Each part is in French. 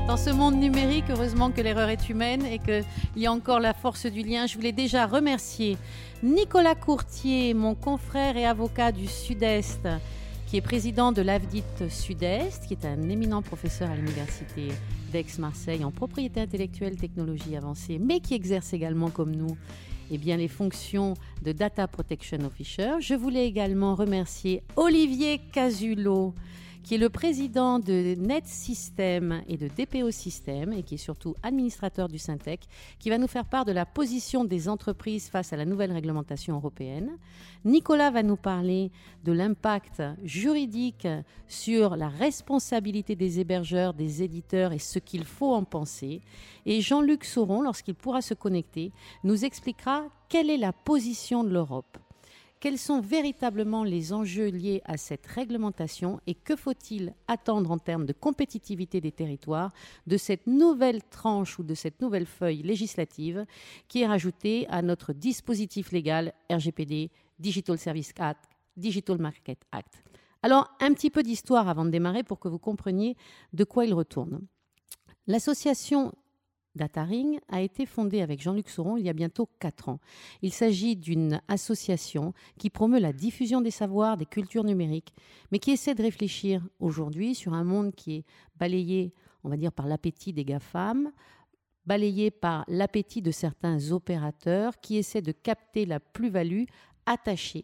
Dans ce monde numérique, heureusement que l'erreur est humaine et qu'il y a encore la force du lien. Je voulais déjà remercier Nicolas Courtier, mon confrère et avocat du Sud-Est, qui est président de l'AFDIT Sud-Est, qui est un éminent professeur à l'université d'Aix-Marseille en propriété intellectuelle, technologie avancée, mais qui exerce également, comme nous, les fonctions de Data Protection Officer. Je voulais également remercier Olivier Casulot, qui est le président de Net System et de DPO System et qui est surtout administrateur du Syntec, qui va nous faire part de la position des entreprises face à la nouvelle réglementation européenne. Nicolas va nous parler de l'impact juridique sur la responsabilité des hébergeurs, des éditeurs et ce qu'il faut en penser. Et Jean-Luc Sauron, lorsqu'il pourra se connecter, nous expliquera quelle est la position de l'Europe. Quels sont véritablement les enjeux liés à cette réglementation et que faut-il attendre en termes de compétitivité des territoires de cette nouvelle tranche ou de cette nouvelle feuille législative qui est rajoutée à notre dispositif légal RGPD, Digital Service Act, Digital Market Act. Alors, un petit peu d'histoire avant de démarrer pour que vous compreniez de quoi il retourne. L'association DataRing a été fondée avec Jean-Luc Sauron il y a bientôt 4 ans. Il s'agit d'une association qui promeut la diffusion des savoirs, des cultures numériques, mais qui essaie de réfléchir aujourd'hui sur un monde qui est balayé, on va dire, par l'appétit des GAFAM, balayé par l'appétit de certains opérateurs qui essaient de capter la plus-value attachée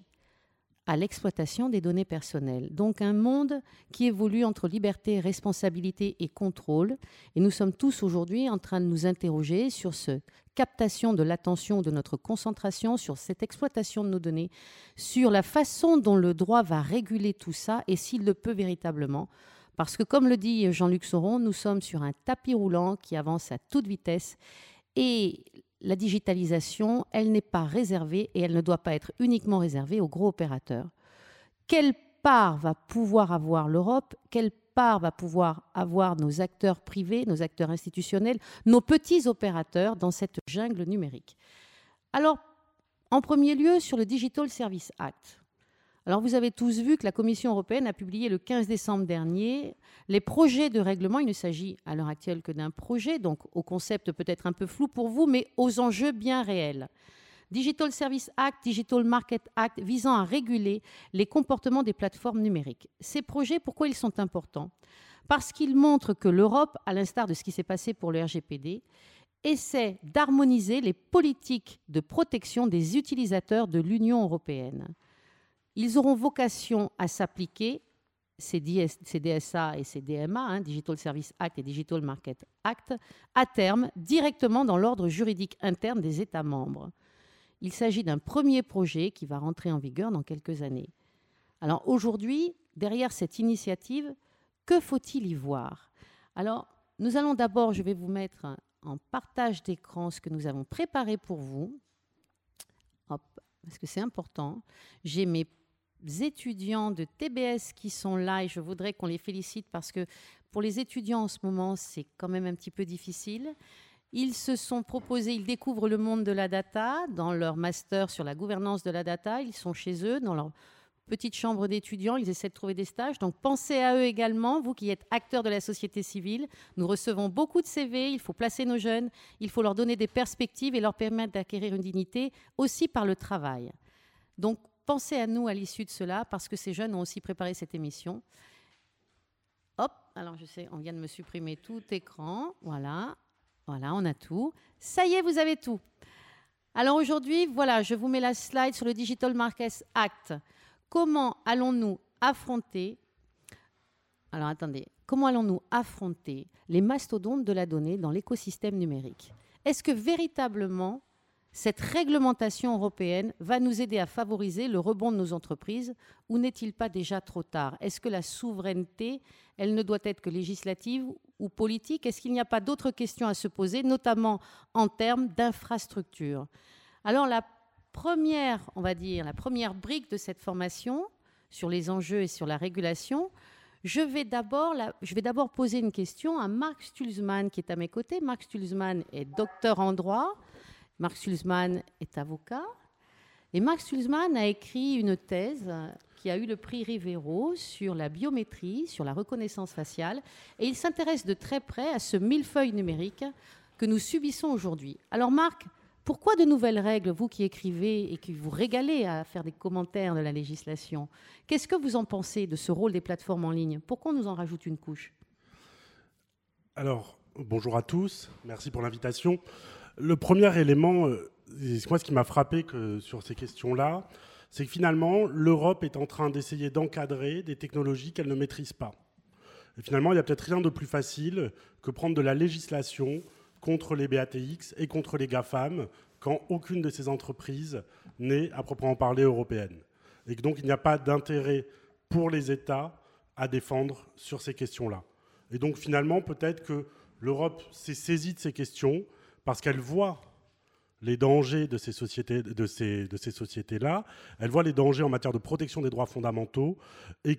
à l'exploitation des données personnelles. Donc un monde qui évolue entre liberté, responsabilité et contrôle. Et nous sommes tous aujourd'hui en train de nous interroger sur cette captation de l'attention, de notre concentration, sur cette exploitation de nos données, sur la façon dont le droit va réguler tout ça et s'il le peut véritablement. Parce que comme le dit Jean-Luc Sauron, nous sommes sur un tapis roulant qui avance à toute vitesse et la digitalisation, elle n'est pas réservée et elle ne doit pas être uniquement réservée aux gros opérateurs. Quelle part va pouvoir avoir l'Europe ? Quelle part va pouvoir avoir nos acteurs privés, nos acteurs institutionnels, nos petits opérateurs dans cette jungle numérique ? Alors, en premier lieu, sur le Digital Service Act. Alors, vous avez tous vu que la Commission européenne a publié le 15 décembre dernier les projets de règlement. Il ne s'agit à l'heure actuelle que d'un projet, donc au concept peut-être un peu flou pour vous, mais aux enjeux bien réels. Digital Service Act, Digital Market Act, visant à réguler les comportements des plateformes numériques. Ces projets, pourquoi ils sont importants ? Parce qu'ils montrent que l'Europe, à l'instar de ce qui s'est passé pour le RGPD, essaie d'harmoniser les politiques de protection des utilisateurs de l'Union européenne. Ils auront vocation à s'appliquer, ces DSA et ces DMA, Digital Service Act et Digital Market Act, à terme, directement dans l'ordre juridique interne des États membres. Il s'agit d'un premier projet qui va rentrer en vigueur dans quelques années. Alors aujourd'hui, derrière cette initiative, que faut-il y voir ? Alors, nous allons d'abord, je vais vous mettre en partage d'écran ce que nous avons préparé pour vous. Hop, parce que c'est important. J'ai mes étudiants de TBS qui sont là et je voudrais qu'on les félicite parce que pour les étudiants en ce moment, c'est quand même un petit peu difficile. Ils se sont proposés, ils découvrent le monde de la data dans leur master sur la gouvernance de la data. Ils sont chez eux, dans leur petite chambre d'étudiants, ils essaient de trouver des stages. Donc pensez à eux également, vous qui êtes acteurs de la société civile. Nous recevons beaucoup de CV, il faut placer nos jeunes, il faut leur donner des perspectives et leur permettre d'acquérir une dignité aussi par le travail. Donc pensez à nous à l'issue de cela, parce que ces jeunes ont aussi préparé cette émission. Hop, alors je sais, on vient de me supprimer tout écran. Voilà, on a tout. Ça y est, vous avez tout. Alors aujourd'hui, voilà, je vous mets la slide sur le Digital Markets Act. Comment allons-nous affronter les mastodontes de la donnée dans l'écosystème numérique ? Est-ce que véritablement cette réglementation européenne va nous aider à favoriser le rebond de nos entreprises ou n'est-il pas déjà trop tard ? Est-ce que la souveraineté, elle ne doit être que législative ou politique ? Est-ce qu'il n'y a pas d'autres questions à se poser, notamment en termes d'infrastructure ? Alors la première brique de cette formation sur les enjeux et sur la régulation, je vais d'abord poser une question à Marc Stulzmann qui est à mes côtés. Marc Stulzmann est docteur en droit. Marc Stulzmann est avocat. Et Marc Stulzmann a écrit une thèse qui a eu le prix Rivero sur la biométrie, sur la reconnaissance faciale, et il s'intéresse de très près à ce millefeuille numérique que nous subissons aujourd'hui. Alors Marc, pourquoi de nouvelles règles, vous qui écrivez et qui vous régalez à faire des commentaires de la législation? Qu'est-ce que vous en pensez de ce rôle des plateformes en ligne? Pourquoi on nous en rajoute une couche? Alors, bonjour à tous, merci pour l'invitation. Le premier élément, moi ce qui m'a frappé sur ces questions-là, c'est que finalement, l'Europe est en train d'essayer d'encadrer des technologies qu'elle ne maîtrise pas. Et finalement, il n'y a peut-être rien de plus facile que prendre de la législation contre les BATX et contre les GAFAM quand aucune de ces entreprises n'est à proprement parler européenne. Et que donc, il n'y a pas d'intérêt pour les États à défendre sur ces questions-là. Et donc, finalement, peut-être que l'Europe s'est saisie de ces questions parce qu'elle voit les dangers de ces sociétés-là, elle voit les dangers en matière de protection des droits fondamentaux et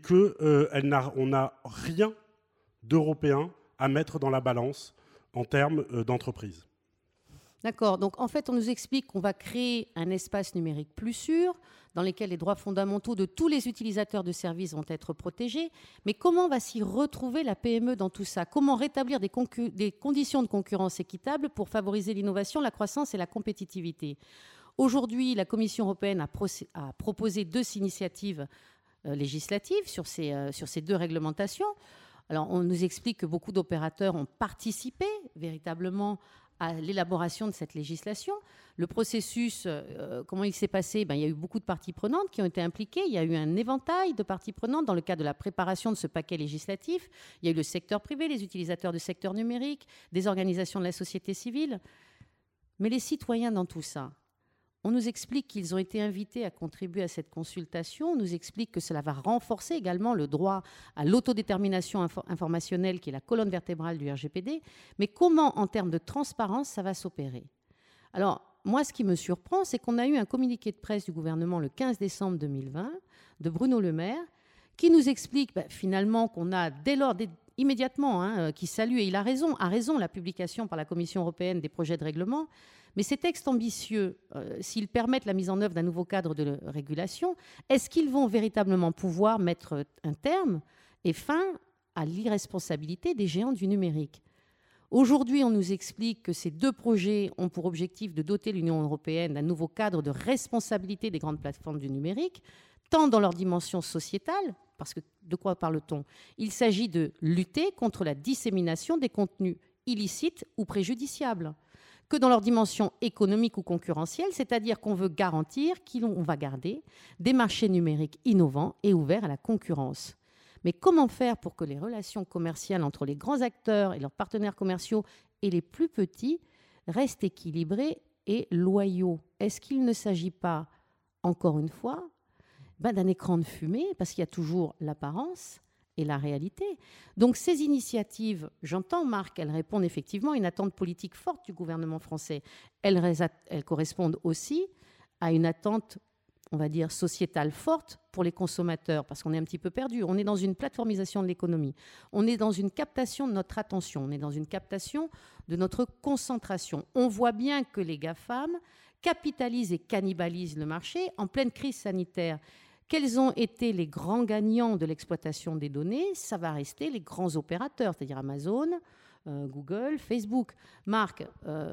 qu'on n'a rien d'européen à mettre dans la balance en termes d'entreprise. D'accord. Donc, en fait, on nous explique qu'on va créer un espace numérique plus sûr, dans lequel les droits fondamentaux de tous les utilisateurs de services vont être protégés. Mais comment va s'y retrouver la PME dans tout ça? Comment rétablir des conditions de concurrence équitables pour favoriser l'innovation, la croissance et la compétitivité? Aujourd'hui, la Commission européenne a proposé 2 initiatives législatives sur ces 2 réglementations. Alors, on nous explique que beaucoup d'opérateurs ont participé véritablement à l'élaboration de cette législation. Le processus, comment il s'est passé? Il y a eu beaucoup de parties prenantes qui ont été impliquées. Il y a eu un éventail de parties prenantes dans le cadre de la préparation de ce paquet législatif. Il y a eu le secteur privé, les utilisateurs du secteur numérique, des organisations de la société civile. Mais les citoyens dans tout ça, on nous explique qu'ils ont été invités à contribuer à cette consultation. On nous explique que cela va renforcer également le droit à l'autodétermination informationnelle, qui est la colonne vertébrale du RGPD. Mais comment, en termes de transparence, ça va s'opérer? Alors, moi, ce qui me surprend, c'est qu'on a eu un communiqué de presse du gouvernement le 15 décembre 2020 de Bruno Le Maire qui nous explique finalement qu'on a immédiatement, qui salue, et il a raison, la publication par la Commission européenne des projets de règlement. Mais ces textes ambitieux, s'ils permettent la mise en œuvre d'un nouveau cadre de régulation, est-ce qu'ils vont véritablement pouvoir mettre un terme et fin à l'irresponsabilité des géants du numérique? Aujourd'hui, on nous explique que ces 2 projets ont pour objectif de doter l'Union européenne d'un nouveau cadre de responsabilité des grandes plateformes du numérique, tant dans leur dimension sociétale, parce que de quoi parle-t-on? Il s'agit de lutter contre la dissémination des contenus illicites ou préjudiciables, que dans leur dimension économique ou concurrentielle, c'est-à-dire qu'on veut garantir qu'on va garder des marchés numériques innovants et ouverts à la concurrence. Mais comment faire pour que les relations commerciales entre les grands acteurs et leurs partenaires commerciaux et les plus petits restent équilibrés et loyaux? Est-ce qu'il ne s'agit pas, encore une fois, d'un écran de fumée, parce qu'il y a toujours l'apparence et la réalité? Donc ces initiatives, j'entends Marc, elles répondent effectivement à une attente politique forte du gouvernement français. Elles correspondent aussi à une attente, on va dire, sociétale forte pour les consommateurs, parce qu'on est un petit peu perdu. On est dans une plateformisation de l'économie. On est dans une captation de notre attention. On est dans une captation de notre concentration. On voit bien que les GAFAM capitalisent et cannibalisent le marché en pleine crise sanitaire. Quels ont été les grands gagnants de l'exploitation des données? Ça va rester les grands opérateurs, c'est-à-dire Amazon, Google, Facebook. Marc,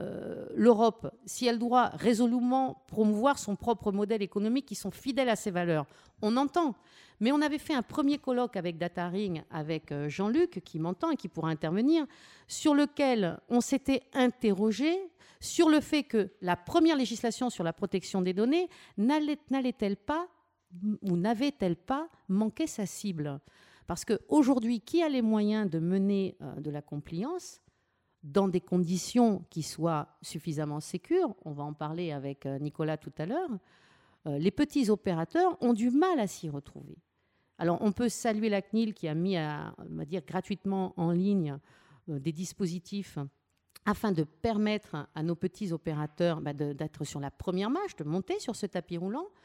l'Europe, si elle doit résolument promouvoir son propre modèle économique qui sont fidèles à ses valeurs, on entend. Mais on avait fait un premier colloque avec Dataring, avec Jean-Luc, qui m'entend et qui pourra intervenir, sur lequel on s'était interrogé sur le fait que la première législation sur la protection des données n'allait-elle pas ou n'avait-elle pas manqué sa cible? Parce qu'aujourd'hui, qui a les moyens de mener de la compliance dans des conditions qui soient suffisamment sécures? On va en parler avec Nicolas tout à l'heure. Les petits opérateurs ont du mal à s'y retrouver. Alors, on peut saluer la CNIL qui a mis, on va dire, gratuitement en ligne des dispositifs afin de permettre à nos petits opérateurs d'être sur la première marche, de monter sur ce tapis roulant.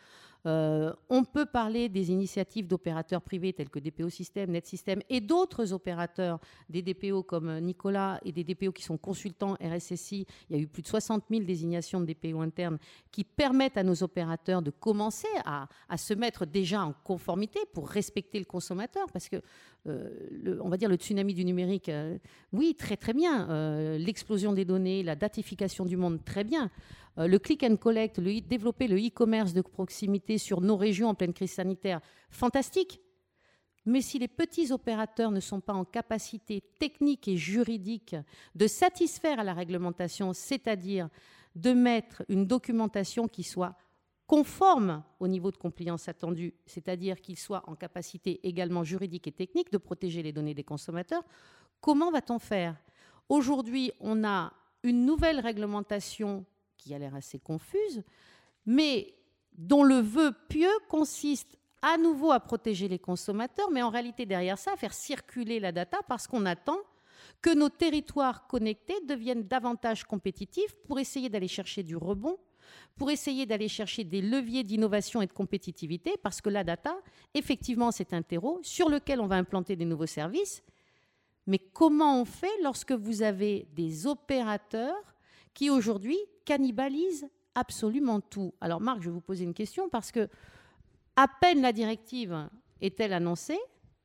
On peut parler des initiatives d'opérateurs privés tels que DPO System, Net System et d'autres opérateurs, des DPO comme Nicolas et des DPO qui sont consultants RSSI. Il y a eu plus de 60 000 désignations de DPO internes qui permettent à nos opérateurs de commencer à se mettre déjà en conformité pour respecter le consommateur. Parce que, on va dire, le tsunami du numérique, oui, très très bien. L'explosion des données, la datification du monde, très bien. Le click and collect, développer le e-commerce de proximité sur nos régions en pleine crise sanitaire, fantastique. Mais si les petits opérateurs ne sont pas en capacité technique et juridique de satisfaire à la réglementation, c'est-à-dire de mettre une documentation qui soit conforme au niveau de compliance attendu, c'est-à-dire qu'il soit en capacité également juridique et technique de protéger les données des consommateurs, comment va-t-on faire ? Aujourd'hui, on a une nouvelle réglementation qui a l'air assez confuse, mais dont le vœu pieux consiste à nouveau à protéger les consommateurs, mais en réalité derrière ça, à faire circuler la data parce qu'on attend que nos territoires connectés deviennent davantage compétitifs pour essayer d'aller chercher du rebond, pour essayer d'aller chercher des leviers d'innovation et de compétitivité, parce que la data, effectivement, c'est un terreau sur lequel on va implanter des nouveaux services. Mais comment on fait lorsque vous avez des opérateurs qui aujourd'hui cannibalisent absolument tout ? Alors Marc, je vais vous poser une question parce que à peine la directive est-elle annoncée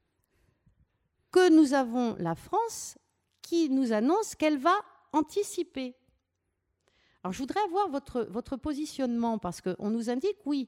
que nous avons la France qui nous annonce qu'elle va anticiper. Alors je voudrais avoir votre positionnement parce qu'on nous indique, oui,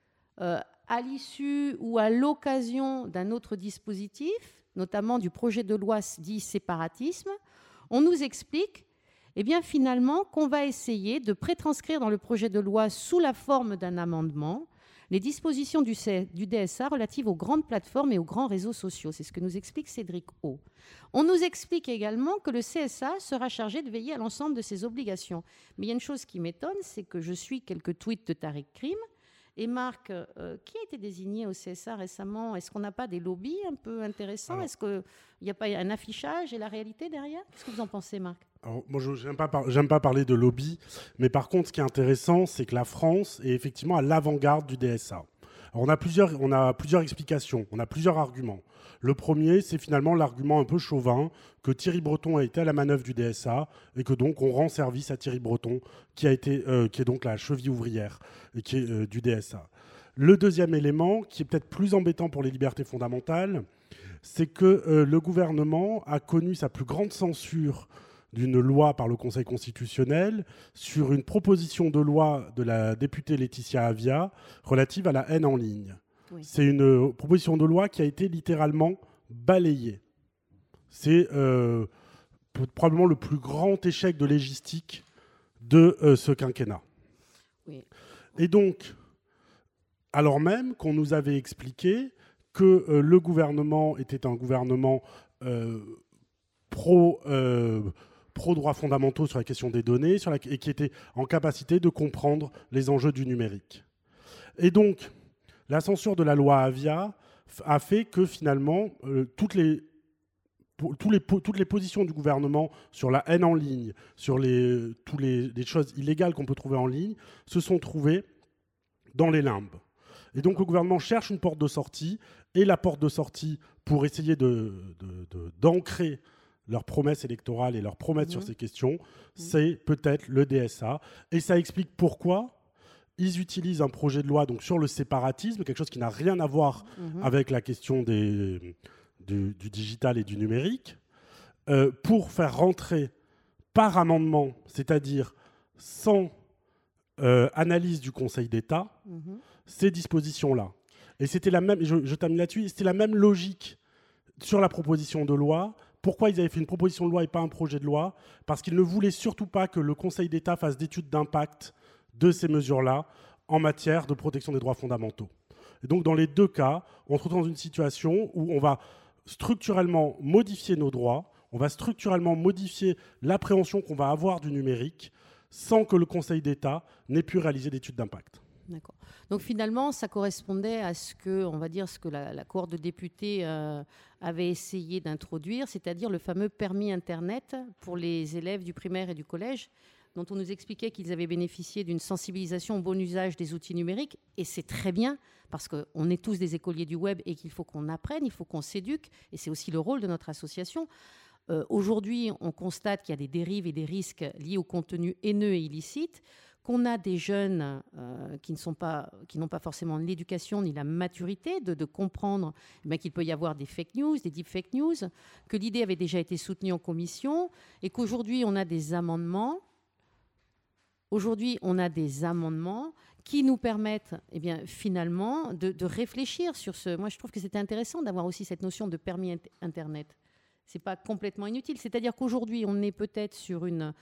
à l'issue ou à l'occasion d'un autre dispositif, notamment du projet de loi dit séparatisme, on nous explique eh bien, finalement, qu'on va essayer de prétranscrire dans le projet de loi sous la forme d'un amendement les dispositions du DSA relatives aux grandes plateformes et aux grands réseaux sociaux. C'est ce que nous explique Cédric O. On nous explique également que le CSA sera chargé de veiller à l'ensemble de ses obligations. Mais il y a une chose qui m'étonne, c'est que je suis quelques tweets de Tariq Krim. Et Marc, qui a été désigné au CSA récemment ? Est-ce qu'on n'a pas des lobbies un peu intéressants ? Est-ce qu'il n'y a pas un affichage et la réalité derrière ? Qu'est-ce que vous en pensez, Marc ? Alors, moi, je n'aime pas parler de lobby, mais par contre, ce qui est intéressant, c'est que la France est effectivement à l'avant-garde du DSA. Alors, on a plusieurs explications, on a plusieurs arguments. Le premier, c'est finalement l'argument un peu chauvin que Thierry Breton a été à la manœuvre du DSA et que donc on rend service à Thierry Breton, qui est donc la cheville ouvrière du DSA. Le deuxième élément, qui est peut-être plus embêtant pour les libertés fondamentales, c'est que le gouvernement a connu sa plus grande censure d'une loi par le Conseil constitutionnel sur une proposition de loi de la députée Laetitia Avia relative à la haine en ligne. Oui. C'est une proposition de loi qui a été littéralement balayée. C'est probablement le plus grand échec de légistique de ce quinquennat. Oui. Et donc, alors même qu'on nous avait expliqué que le gouvernement était un gouvernement pro-droits fondamentaux sur la question des données et qui était en capacité de comprendre les enjeux du numérique. Et donc, la censure de la loi Avia a fait que finalement, toutes les positions du gouvernement sur la haine en ligne, sur les choses illégales qu'on peut trouver en ligne, se sont trouvées dans les limbes. Et donc, le gouvernement cherche une porte de sortie, et la porte de sortie pour essayer d'ancrer leurs promesses électorales et leurs promesses sur ces questions, c'est peut-être le DSA. Et ça explique pourquoi ils utilisent un projet de loi donc, sur le séparatisme, quelque chose qui n'a rien à voir avec la question du digital et du numérique, pour faire rentrer par amendement, c'est-à-dire sans analyse du Conseil d'État, ces dispositions-là. Et c'était la même, je termine là-dessus, c'était la même logique sur la proposition de loi. Pourquoi ils avaient fait une proposition de loi et pas un projet de loi ? Parce qu'ils ne voulaient surtout pas que le Conseil d'État fasse d'études d'impact de ces mesures-là en matière de protection des droits fondamentaux. Et donc, dans les deux cas, on se retrouve dans une situation où on va structurellement modifier nos droits, on va structurellement modifier l'appréhension qu'on va avoir du numérique sans que le Conseil d'État n'ait pu réaliser d'études d'impact. D'accord. Donc finalement, ça correspondait à ce que, on va dire, ce que la cohorte de députés avait essayé d'introduire, c'est-à-dire le fameux permis Internet pour les élèves du primaire et du collège. dont on nous expliquait qu'ils avaient bénéficié d'une sensibilisation au bon usage des outils numériques, et c'est très bien, parce qu'on est tous des écoliers du web et qu'il faut qu'on apprenne, il faut qu'on s'éduque, et c'est aussi le rôle de notre association. Aujourd'hui, on constate qu'il y a des dérives et des risques liés au contenu haineux et illicite, qu'on a des jeunes qui n'ont pas forcément l'éducation ni la maturité de comprendre qu'il peut y avoir des fake news, des deep fake news, que l'idée avait déjà été soutenue en commission et qu'aujourd'hui, on a des amendements. Aujourd'hui, on a des amendements qui nous permettent finalement de réfléchir sur ce... Moi, je trouve que c'était intéressant d'avoir aussi cette notion de permis Internet. Ce n'est pas complètement inutile. C'est-à-dire qu'aujourd'hui, on est peut-être sur une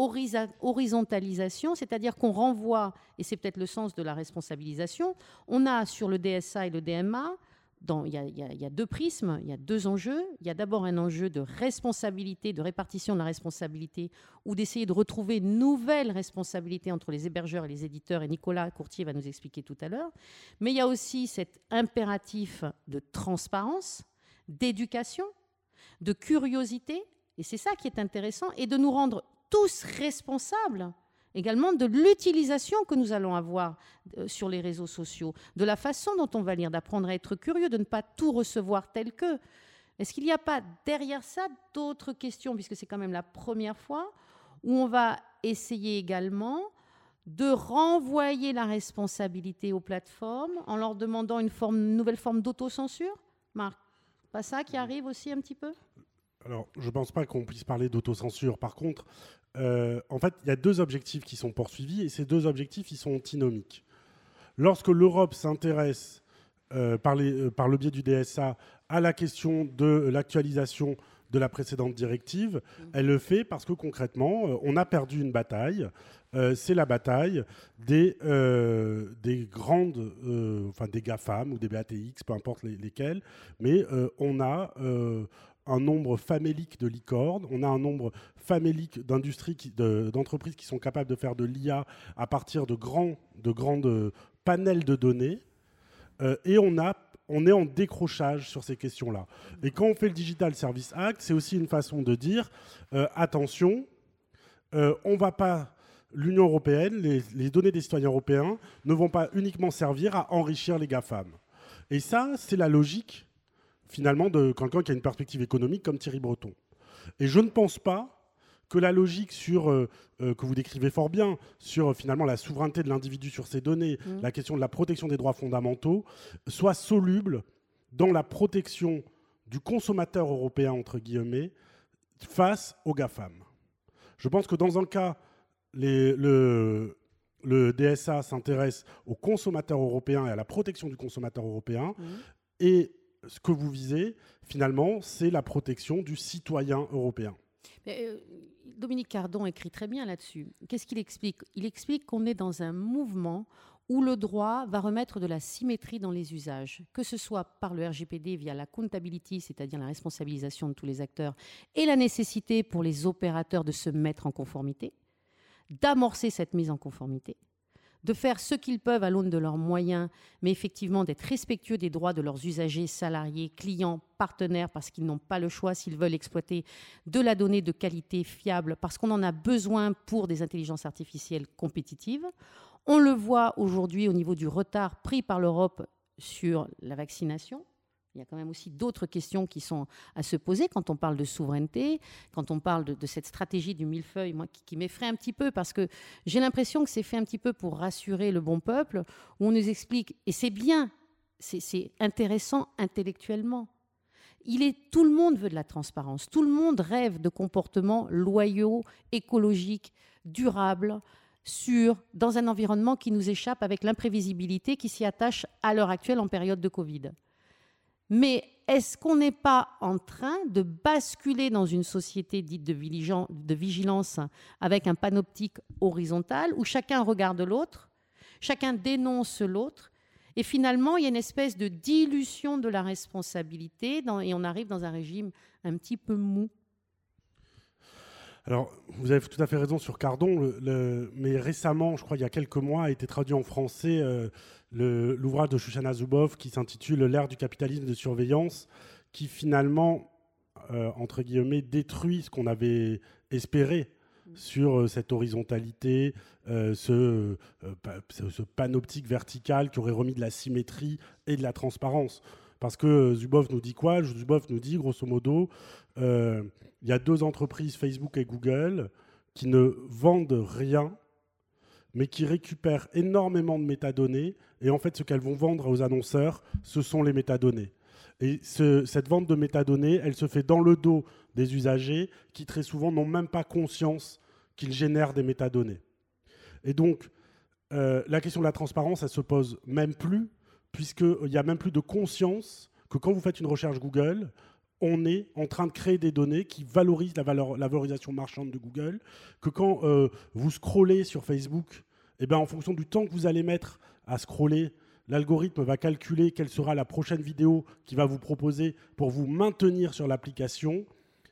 horizontalisation, c'est-à-dire qu'on renvoie, et c'est peut-être le sens de la responsabilisation, on a sur le DSA et le DMA, il y a deux prismes, il y a deux enjeux. Il y a d'abord un enjeu de responsabilité, de répartition de la responsabilité, ou d'essayer de retrouver une nouvelle responsabilité entre les hébergeurs et les éditeurs, et Nicolas Courtier va nous expliquer tout à l'heure. Mais il y a aussi cet impératif de transparence, d'éducation, de curiosité, et c'est ça qui est intéressant, et de nous rendre tous responsables également de l'utilisation que nous allons avoir sur les réseaux sociaux, de la façon dont on va lire, d'apprendre à être curieux, de ne pas tout recevoir tel que. Est-ce qu'il n'y a pas derrière ça d'autres questions, puisque c'est quand même la première fois, où on va essayer également de renvoyer la responsabilité aux plateformes en leur demandant une nouvelle forme d'autocensure? Marc, pas ça qui arrive aussi un petit peu? Alors, je ne pense pas qu'on puisse parler d'autocensure. Par contre, en fait, il y a deux objectifs qui sont poursuivis et ces deux objectifs, ils sont antinomiques. Lorsque l'Europe s'intéresse, par le biais du DSA, à la question de l'actualisation de la précédente directive, elle le fait parce que concrètement, on a perdu une bataille. C'est la bataille des grandes, des GAFAM ou des BATX, peu importe lesquelles, mais on a un nombre famélique de licornes, on a un nombre famélique d'entreprises qui sont capables de faire de l'IA à partir de grands panels de données, et on est en décrochage sur ces questions-là. Et quand on fait le Digital Services Act, c'est aussi une façon de dire attention, on va pas... L'Union européenne, les données des citoyens européens ne vont pas uniquement servir à enrichir les GAFAM. Et ça, c'est la logique finalement de quelqu'un qui a une perspective économique comme Thierry Breton. Et je ne pense pas que la logique que vous décrivez fort bien, sur finalement la souveraineté de l'individu sur ses données, la question de la protection des droits fondamentaux, soit soluble dans la protection du consommateur européen, entre guillemets, face aux GAFAM. Je pense que dans un cas, le DSA s'intéresse aux consommateurs européens et à la protection du consommateur européen, et ce que vous visez, finalement, c'est la protection du citoyen européen. Dominique Cardon écrit très bien là-dessus. Qu'est-ce qu'il explique? Il explique qu'on est dans un mouvement où le droit va remettre de la symétrie dans les usages, que ce soit par le RGPD via la accountability, c'est-à-dire la responsabilisation de tous les acteurs, et la nécessité pour les opérateurs de se mettre en conformité, d'amorcer cette mise en conformité, de faire ce qu'ils peuvent à l'aune de leurs moyens, mais effectivement d'être respectueux des droits de leurs usagers, salariés, clients, partenaires, parce qu'ils n'ont pas le choix s'ils veulent exploiter de la donnée de qualité fiable, parce qu'on en a besoin pour des intelligences artificielles compétitives. On le voit aujourd'hui au niveau du retard pris par l'Europe sur la vaccination. Il y a quand même aussi d'autres questions qui sont à se poser quand on parle de souveraineté, quand on parle de cette stratégie du millefeuille, moi, qui m'effraie un petit peu, parce que j'ai l'impression que c'est fait un petit peu pour rassurer le bon peuple, où on nous explique, et c'est bien, c'est intéressant intellectuellement. Tout le monde veut de la transparence, tout le monde rêve de comportements loyaux, écologiques, durables, sûrs, dans un environnement qui nous échappe avec l'imprévisibilité qui s'y attache à l'heure actuelle en période de Covid. Mais est-ce qu'on n'est pas en train de basculer dans une société dite de vigilance avec un panoptique horizontal où chacun regarde l'autre, chacun dénonce l'autre, et finalement il y a une espèce de dilution de la responsabilité et on arrive dans un régime un petit peu mou? Alors, vous avez tout à fait raison sur Cardon, mais récemment, je crois il y a quelques mois, a été traduit en français l'ouvrage de Shoshana Zuboff qui s'intitule « L'ère du capitalisme de surveillance », qui finalement, entre guillemets, détruit ce qu'on avait espéré sur cette horizontalité, ce panoptique vertical qui aurait remis de la symétrie et de la transparence. Parce que Zuboff nous dit quoi? Zuboff nous dit, grosso modo, il y a deux entreprises, Facebook et Google, qui ne vendent rien, mais qui récupèrent énormément de métadonnées. Et en fait, ce qu'elles vont vendre aux annonceurs, ce sont les métadonnées. Et cette vente de métadonnées, elle se fait dans le dos des usagers qui, très souvent, n'ont même pas conscience qu'ils génèrent des métadonnées. Et donc, la question de la transparence, elle se pose même plus, puisqu'il n'y a même plus de conscience que quand vous faites une recherche Google, on est en train de créer des données qui valorisent la valorisation marchande de Google, que quand vous scrollez sur Facebook, eh ben, en fonction du temps que vous allez mettre à scroller, l'algorithme va calculer quelle sera la prochaine vidéo qu'il va vous proposer pour vous maintenir sur l'application.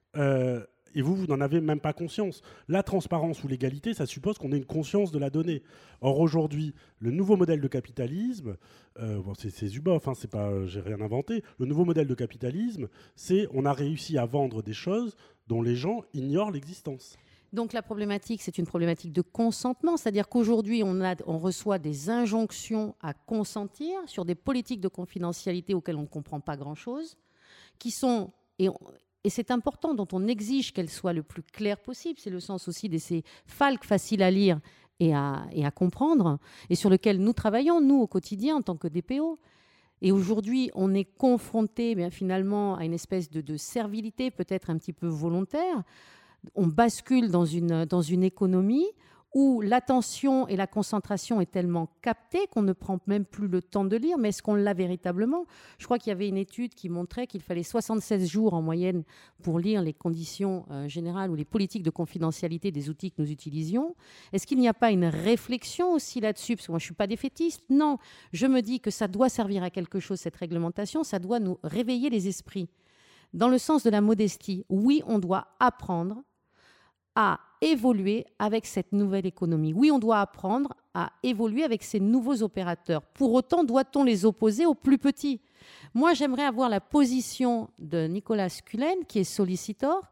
Et vous n'en avez même pas conscience. La transparence ou l'égalité, ça suppose qu'on ait une conscience de la donnée. Or, aujourd'hui, le nouveau modèle de capitalisme, c'est Zuboff, hein, j'ai rien inventé. Le nouveau modèle de capitalisme, c'est on a réussi à vendre des choses dont les gens ignorent l'existence. Donc la problématique, c'est une problématique de consentement, c'est-à-dire qu'aujourd'hui, on reçoit des injonctions à consentir sur des politiques de confidentialité auxquelles on ne comprend pas grand-chose, qui sont... Et c'est important, dont on exige qu'elles soient le plus claires possible. C'est le sens aussi de ces FALC faciles à lire et à comprendre, et sur lesquels nous travaillons, nous, au quotidien, en tant que DPO. Et aujourd'hui, on est confronté finalement à une espèce de servilité, peut-être un petit peu volontaire. On bascule dans une économie où l'attention et la concentration est tellement captée qu'on ne prend même plus le temps de lire. Mais est-ce qu'on l'a véritablement? Je crois qu'il y avait une étude qui montrait qu'il fallait 76 jours en moyenne pour lire les conditions générales ou les politiques de confidentialité des outils que nous utilisions. Est-ce qu'il n'y a pas une réflexion aussi là-dessus? Parce que moi, je ne suis pas défaitiste. Non, je me dis que ça doit servir à quelque chose, cette réglementation. Ça doit nous réveiller les esprits. Dans le sens de la modestie, oui, on doit apprendre à évoluer avec cette nouvelle économie. Oui, on doit apprendre à évoluer avec ces nouveaux opérateurs. Pour autant, doit-on les opposer aux plus petits? Moi, j'aimerais avoir la position de Nicolas Sculen, qui est sollicitor,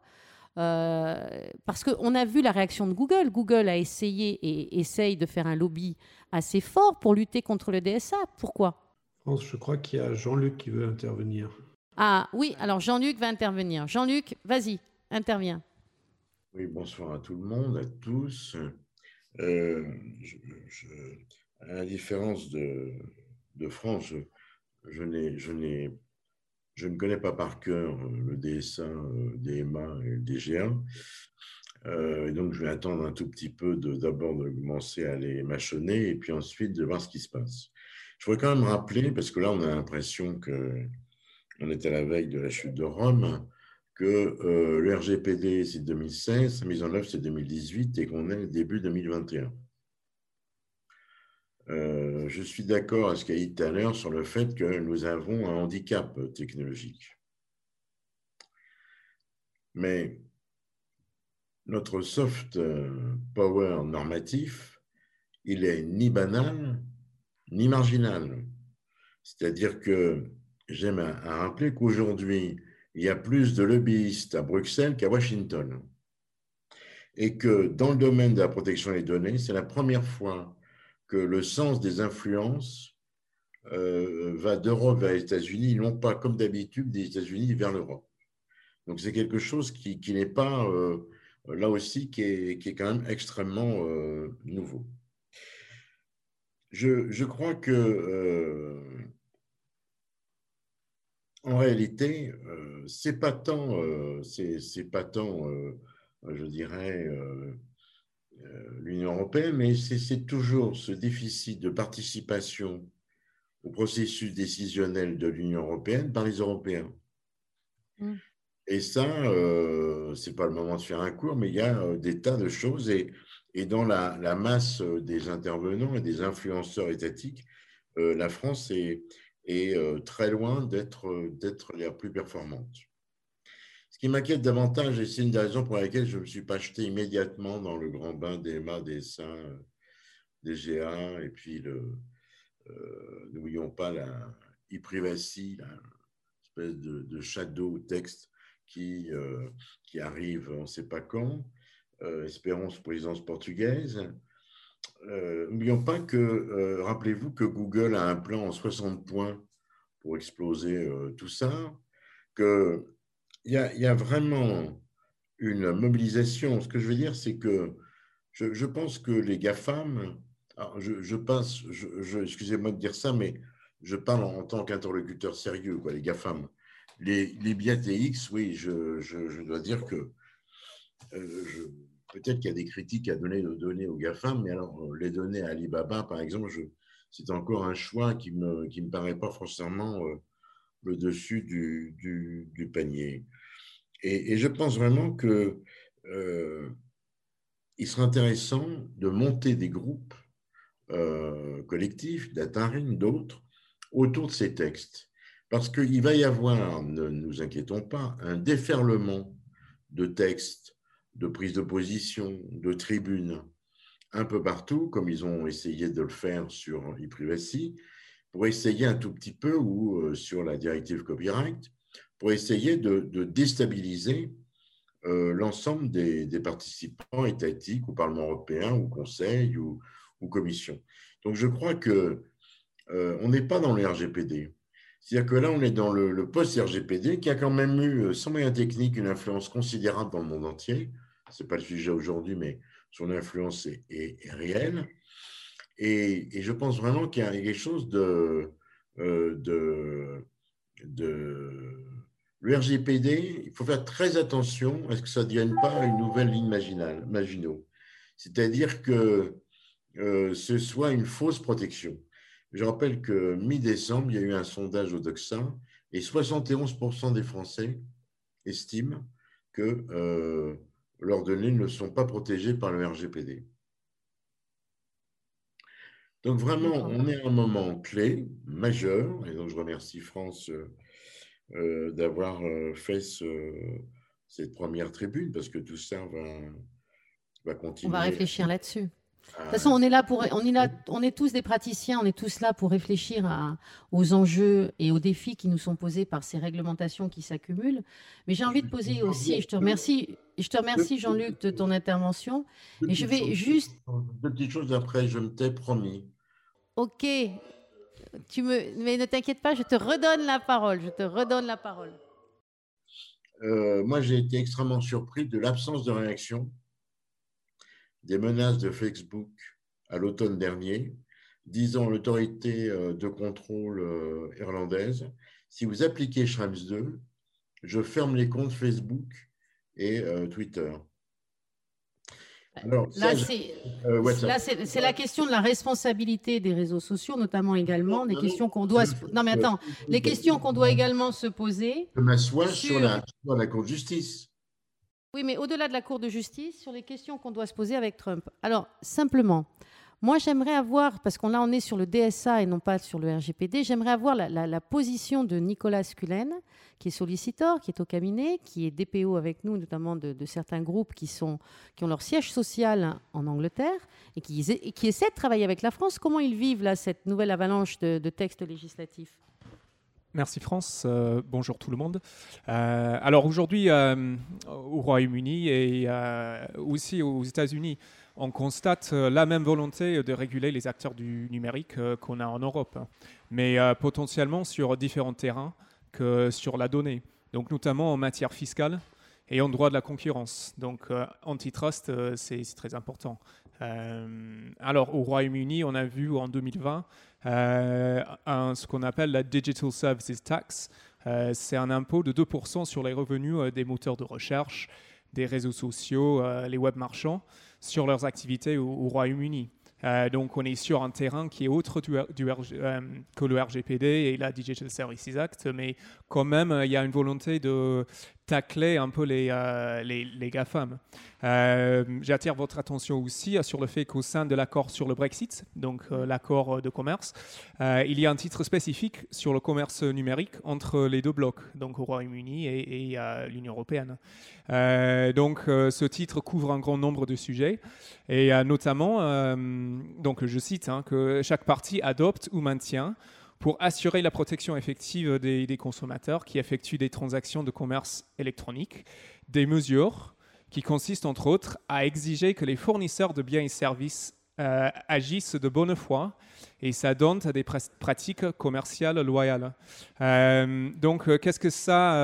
parce qu'on a vu la réaction de Google. Google a essayé et essaye de faire un lobby assez fort pour lutter contre le DSA. Pourquoi? France, je crois qu'il y a Jean-Luc qui veut intervenir. Ah oui, alors Jean-Luc va intervenir. Jean-Luc, vas-y, interviens. Oui, bonsoir à tout le monde, à tous. À la différence de France, je ne connais pas par cœur le DSA, DMA et le DGA. Et donc, je vais attendre un tout petit peu d'abord de commencer à les mâchonner et puis ensuite de voir ce qui se passe. Je voudrais quand même rappeler, parce que là, on a l'impression qu'on est à la veille de la chute de Rome, que le RGPD, c'est 2016, sa mise en œuvre, c'est 2018 et qu'on est début 2021. Je suis d'accord avec ce qu'a dit tout à l'heure sur le fait que nous avons un handicap technologique. Mais notre soft power normatif, il est ni banal, ni marginal. C'est-à-dire que j'aime à rappeler qu'aujourd'hui, il y a plus de lobbyistes à Bruxelles qu'à Washington. Et que dans le domaine de la protection des données, c'est la première fois que le sens des influences va d'Europe vers les États-Unis, non pas comme d'habitude des États-Unis vers l'Europe. Donc c'est quelque chose qui n'est pas, là aussi, qui est quand même extrêmement nouveau. Je crois que en réalité, c'est pas tant, je dirais, l'Union européenne, mais c'est toujours ce déficit de participation au processus décisionnel de l'Union européenne par les Européens. Mm. Et ça, c'est pas le moment de faire un cours, mais il y a des tas de choses. Et dans la masse des intervenants et des influenceurs étatiques, la France est très loin d'être la plus performante. Ce qui m'inquiète davantage, et c'est une des raisons pour laquelle je ne me suis pas jeté immédiatement dans le grand bain d'EMA, DSA, DGA, et puis n'oublions pas la e-privacy, espèce de shadow texte qui arrive on ne sait pas quand. espérons sous présidence portugaise. N'oublions pas que, rappelez-vous que Google a un plan en 60 points pour exploser tout ça, qu'il y a vraiment une mobilisation. Ce que je veux dire, c'est que je pense que les GAFAM, excusez-moi de dire ça, mais je parle en tant qu'interlocuteur sérieux, quoi, les GAFAM. Les BATX, oui, je dois dire que peut-être qu'il y a des critiques à donner aux GAFAM, mais alors les donner à Alibaba, par exemple, c'est encore un choix qui me paraît pas forcément le dessus du panier. Et je pense vraiment que il serait intéressant de monter des groupes collectifs, d'Atarim, d'autres, autour de ces textes. Parce qu'il va y avoir, ne nous inquiétons pas, un déferlement de textes, de prises de position, de tribunes, un peu partout, comme ils ont essayé de le faire sur e-privacy, pour essayer un tout petit peu, ou sur la directive copyright, pour essayer de déstabiliser l'ensemble des participants étatiques au Parlement européen, au Conseil ou Commission. Donc je crois qu'on n'est pas dans le RGPD. C'est-à-dire que là, on est dans le post-RGPD qui a quand même eu, sans moyen technique, une influence considérable dans le monde entier. Ce n'est pas le sujet aujourd'hui, mais son influence est réelle. Et je pense vraiment qu'il y a quelque chose le RGPD, il faut faire très attention à ce que ça ne devienne pas une nouvelle ligne Maginot. C'est-à-dire que ce soit une fausse protection. Je rappelle que mi-décembre, il y a eu un sondage au Doxa et 71% des Français estiment que leurs données ne sont pas protégées par le RGPD. Donc vraiment, on est à un moment clé, majeur, et donc je remercie France d'avoir fait cette première tribune, parce que tout ça va continuer. On va réfléchir là-dessus. De toute façon, on est tous des praticiens, on est tous là pour réfléchir aux enjeux et aux défis qui nous sont posés par ces réglementations qui s'accumulent. Mais j'ai envie de poser aussi, et je te remercie Jean-Luc de ton intervention. Et je vais juste... Deux petites choses après, je me t'ai promis. Ok, mais ne t'inquiète pas, je te redonne la parole. Moi, j'ai été extrêmement surpris de l'absence de réaction des menaces de Facebook à l'automne dernier, disant à l'autorité de contrôle irlandaise, si vous appliquez Schrems 2, je ferme les comptes Facebook et Twitter. Alors, là, c'est la question de la responsabilité des réseaux sociaux, notamment également des questions qu'on doit... Non, mais attends, les questions qu'on doit également se poser... Je m'assois sur la Cour de justice. Oui, mais au-delà de la Cour de justice, sur les questions qu'on doit se poser avec Trump. Alors, simplement, moi, j'aimerais avoir, parce qu'on est sur le DSA et non pas sur le RGPD, j'aimerais avoir la position de Nicolas Sculen, qui est solliciteur, qui est au cabinet, qui est DPO avec nous, notamment de certains groupes qui ont leur siège social en Angleterre et qui essaient de travailler avec la France. Comment ils vivent là, cette nouvelle avalanche de textes législatifs ? Merci France, bonjour tout le monde. Alors aujourd'hui, au Royaume-Uni et aussi aux États-Unis, on constate la même volonté de réguler les acteurs du numérique qu'on a en Europe, mais potentiellement sur différents terrains que sur la donnée, donc notamment en matière fiscale et en droit de la concurrence. Donc antitrust, c'est très important. Alors au Royaume-Uni, on a vu en 2020 ce qu'on appelle la Digital Services Tax. C'est un impôt de 2% sur les revenus des moteurs de recherche, des réseaux sociaux, les web marchands, sur leurs activités au Royaume-Uni. Donc on est sur un terrain qui est autre que le RGPD et la Digital Services Act, mais quand même il y a une volonté de tacler un peu les GAFAM. J'attire votre attention aussi sur le fait qu'au sein de l'accord sur le Brexit, donc l'accord de commerce, il y a un titre spécifique sur le commerce numérique entre les deux blocs, donc au Royaume-Uni et l'Union européenne. Donc ce titre couvre un grand nombre de sujets et notamment, donc je cite, que chaque partie adopte ou maintient pour assurer la protection effective des consommateurs qui effectuent des transactions de commerce électronique, des mesures qui consiste entre autres à exiger que les fournisseurs de biens et services agissent de bonne foi et s'adonnent à des pratiques commerciales loyales. Donc, qu'est-ce que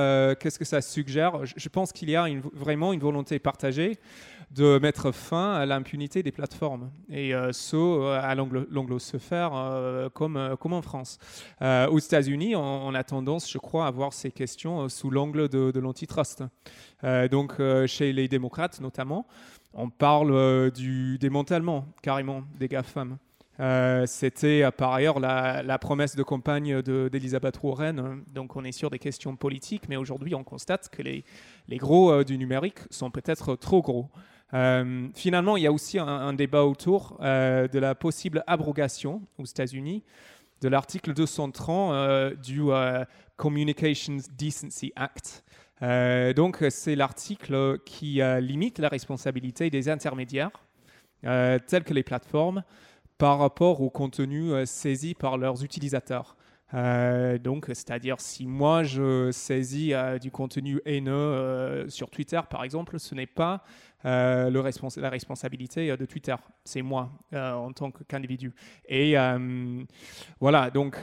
ça suggère ? Je pense qu'il y a vraiment une volonté partagée de mettre fin à l'impunité des plateformes, et à l'anglosphère comme en France. Aux États-Unis, on a tendance, je crois, à voir ces questions sous l'angle de l'antitrust. Donc, chez les démocrates notamment, on parle du démantèlement carrément des GAFAM. C'était par ailleurs la promesse de campagne d'Elisabeth Warren. Donc on est sur des questions politiques, mais aujourd'hui on constate que les gros du numérique sont peut-être trop gros. Finalement, il y a aussi un débat autour de la possible abrogation aux États-Unis de l'article 230 du Communications Decency Act. Donc c'est l'article qui limite la responsabilité des intermédiaires, tels que les plateformes, par rapport au contenu saisi par leurs utilisateurs. Donc, c'est-à-dire, si moi je saisis du contenu haineux sur Twitter, par exemple, ce n'est pas la responsabilité de Twitter, c'est moi en tant qu'individu. Et voilà, donc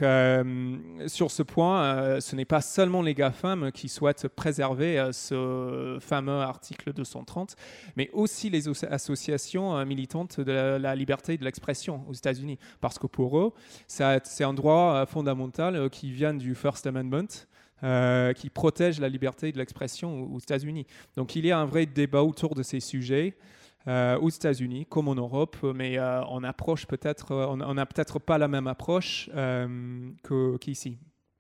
sur ce point, ce n'est pas seulement les GAFAM qui souhaitent préserver ce fameux article 230, mais aussi les associations militantes de la liberté de l'expression aux États-Unis, parce que pour eux, c'est un droit fondamental qui vient du First Amendment, qui protège la liberté de l'expression aux États-Unis. Donc il y a un vrai débat autour de ces sujets aux États-Unis comme en Europe, mais on n'a peut-être pas la même approche qu'ici.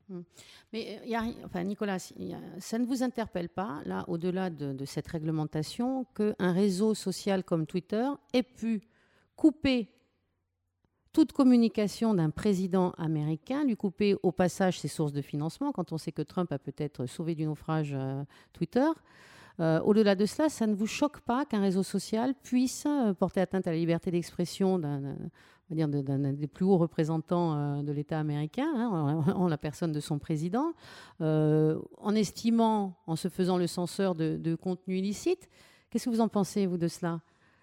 Mais Nicolas, ça ne vous interpelle pas, là, au-delà de cette réglementation, qu'un réseau social comme Twitter ait pu couper toute communication d'un président américain, lui couper au passage ses sources de financement, quand on sait que Trump a peut-être sauvé du naufrage Twitter. Au-delà de cela, ça ne vous choque pas qu'un réseau social puisse porter atteinte à la liberté d'expression d'un des plus hauts représentants de l'État américain, en la personne de son président, en estimant, en se faisant le censeur de contenu illicite? Qu'est-ce que vous en pensez, vous, de cela ?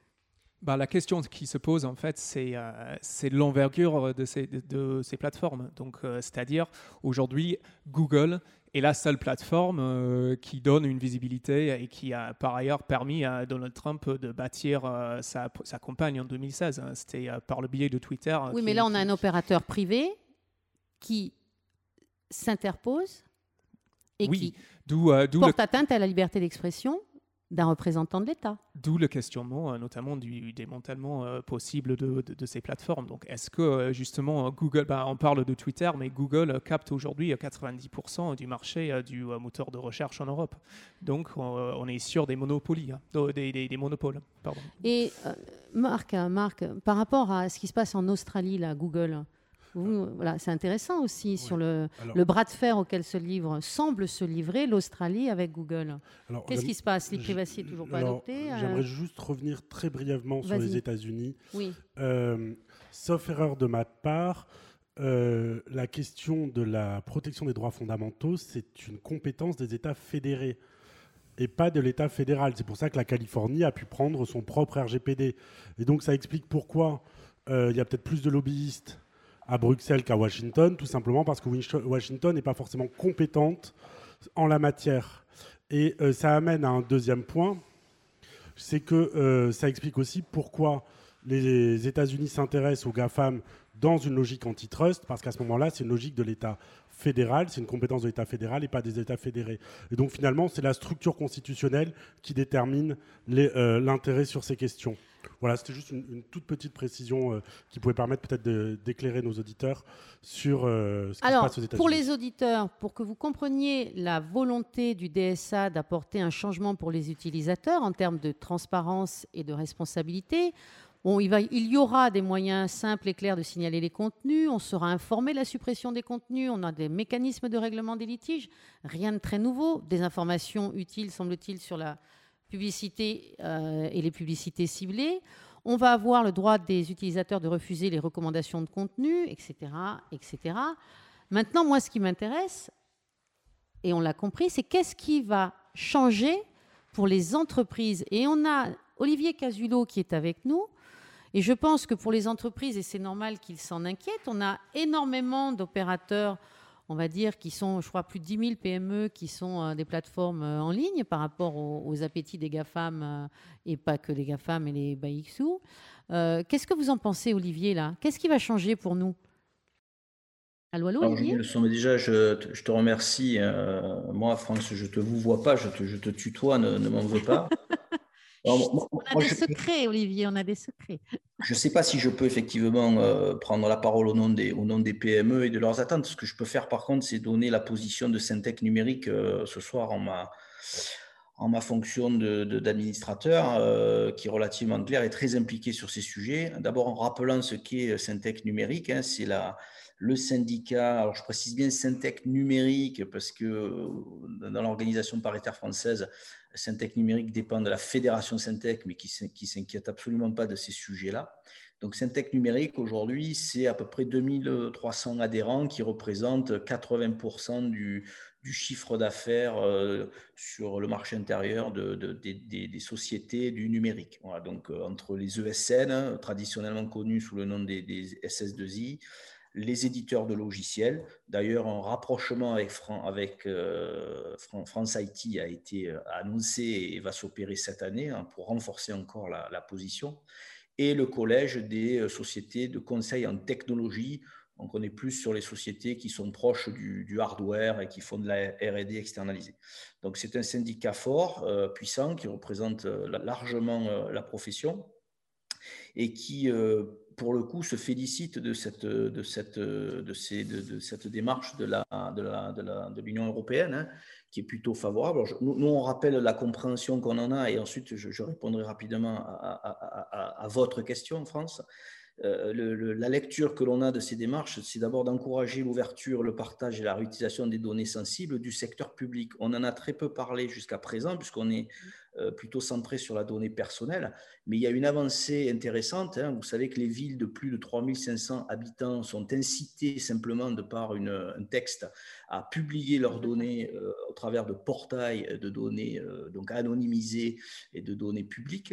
La question qui se pose, en fait, c'est l'envergure de ces plateformes. Donc, c'est-à-dire, aujourd'hui, Google est la seule plateforme qui donne une visibilité et qui a, par ailleurs, permis à Donald Trump de bâtir sa campagne en 2016. C'était par le biais de Twitter. Oui, mais là, on a un opérateur privé qui s'interpose et qui porte atteinte à la liberté d'expression d'un représentant de l'État. D'où le questionnement, notamment du démantèlement possible de ces plateformes. Donc, est-ce que, justement, Google, on parle de Twitter, mais Google capte aujourd'hui 90% du marché du moteur de recherche en Europe. Donc, on est sur des monopolies, des monopoles. Pardon. Et Marc, par rapport à ce qui se passe en Australie, là, Google, c'est intéressant aussi sur le bras de fer auquel semble se livrer l'Australie avec Google. Qu'est-ce qui se passe ? L'e-privacy n'est toujours pas adoptée. J'aimerais juste revenir très brièvement sur les États-Unis. Oui. Sauf erreur de ma part, la question de la protection des droits fondamentaux, c'est une compétence des États fédérés et pas de l'État fédéral. C'est pour ça que la Californie a pu prendre son propre RGPD. Et donc ça explique pourquoi il y a peut-être plus de lobbyistes à Bruxelles qu'à Washington, tout simplement parce que Washington n'est pas forcément compétente en la matière. Et ça amène à un deuxième point, c'est que ça explique aussi pourquoi les États-Unis s'intéressent aux GAFAM dans une logique antitrust, parce qu'à ce moment-là, c'est une logique de l'État fédéral, c'est une compétence de l'État fédéral et pas des États fédérés. Et donc finalement, c'est la structure constitutionnelle qui détermine l'intérêt sur ces questions. Voilà, c'était juste une toute petite précision qui pouvait permettre peut-être d'éclairer nos auditeurs sur ce qui se passe aux États-Unis. Pour les auditeurs, pour que vous compreniez la volonté du DSA d'apporter un changement pour les utilisateurs en termes de transparence et de responsabilité, il y aura des moyens simples et clairs de signaler les contenus, on sera informé de la suppression des contenus, on a des mécanismes de règlement des litiges, rien de très nouveau, des informations utiles, semble-t-il, sur la publicité et les publicités ciblées. On va avoir le droit des utilisateurs de refuser les recommandations de contenu, etc., etc. Maintenant, moi, ce qui m'intéresse, et on l'a compris, c'est qu'est-ce qui va changer pour les entreprises. Et on a Olivier Casulot qui est avec nous. Et je pense que pour les entreprises, et c'est normal qu'ils s'en inquiètent, on a énormément d'opérateurs, on va dire, qui sont, je crois, plus de 10 000 PME qui sont des plateformes en ligne par rapport aux appétits des GAFAM et pas que les GAFAM et les BAIXU. Qu'est-ce que vous en pensez, Olivier, là? Qu'est-ce qui va changer pour nous? Allô, Alors, Olivier? déjà, je te remercie. Moi, France, je te vous vois pas, je te tutoie, ne m'en veux pas. Alors, On a des secrets, Olivier, on a des secrets. Je ne sais pas si je peux effectivement prendre la parole au nom des PME et de leurs attentes. Ce que je peux faire, par contre, c'est donner la position de Syntec Numérique ce soir en ma fonction d'administrateur, qui est relativement claire et très impliqué sur ces sujets. D'abord, en rappelant ce qu'est Syntec Numérique, c'est le syndicat, alors je précise bien Syntec Numérique, parce que dans l'organisation paritaire française, Syntec Numérique dépend de la fédération Syntec, mais qui ne s'inquiète absolument pas de ces sujets-là. Donc Syntec Numérique, aujourd'hui, c'est à peu près 2300 adhérents qui représentent 80% du chiffre d'affaires sur le marché intérieur des sociétés du numérique. Voilà, donc entre les ESN, traditionnellement connus sous le nom des SS2I, les éditeurs de logiciels. D'ailleurs, un rapprochement avec France IT a été annoncé et va s'opérer cette année pour renforcer encore la position. Et le collège des sociétés de conseil en technologie. On connaît plus sur les sociétés qui sont proches du hardware et qui font de la R&D externalisée. Donc, c'est un syndicat fort, puissant, qui représente largement la profession et qui, pour le coup, se félicite de cette démarche de l'Union européenne, qui est plutôt favorable. Alors, nous, on rappelle la compréhension qu'on en a, et ensuite, je répondrai rapidement à votre question, France. La lecture que l'on a de ces démarches, c'est d'abord d'encourager l'ouverture, le partage et la réutilisation des données sensibles du secteur public. On en a très peu parlé jusqu'à présent, puisqu'on est plutôt centré sur la donnée personnelle, mais il y a une avancée intéressante. Vous savez que les villes de plus de 3500 habitants sont incitées simplement de par un texte à publier leurs données au travers de portails de données donc anonymisées et de données publiques,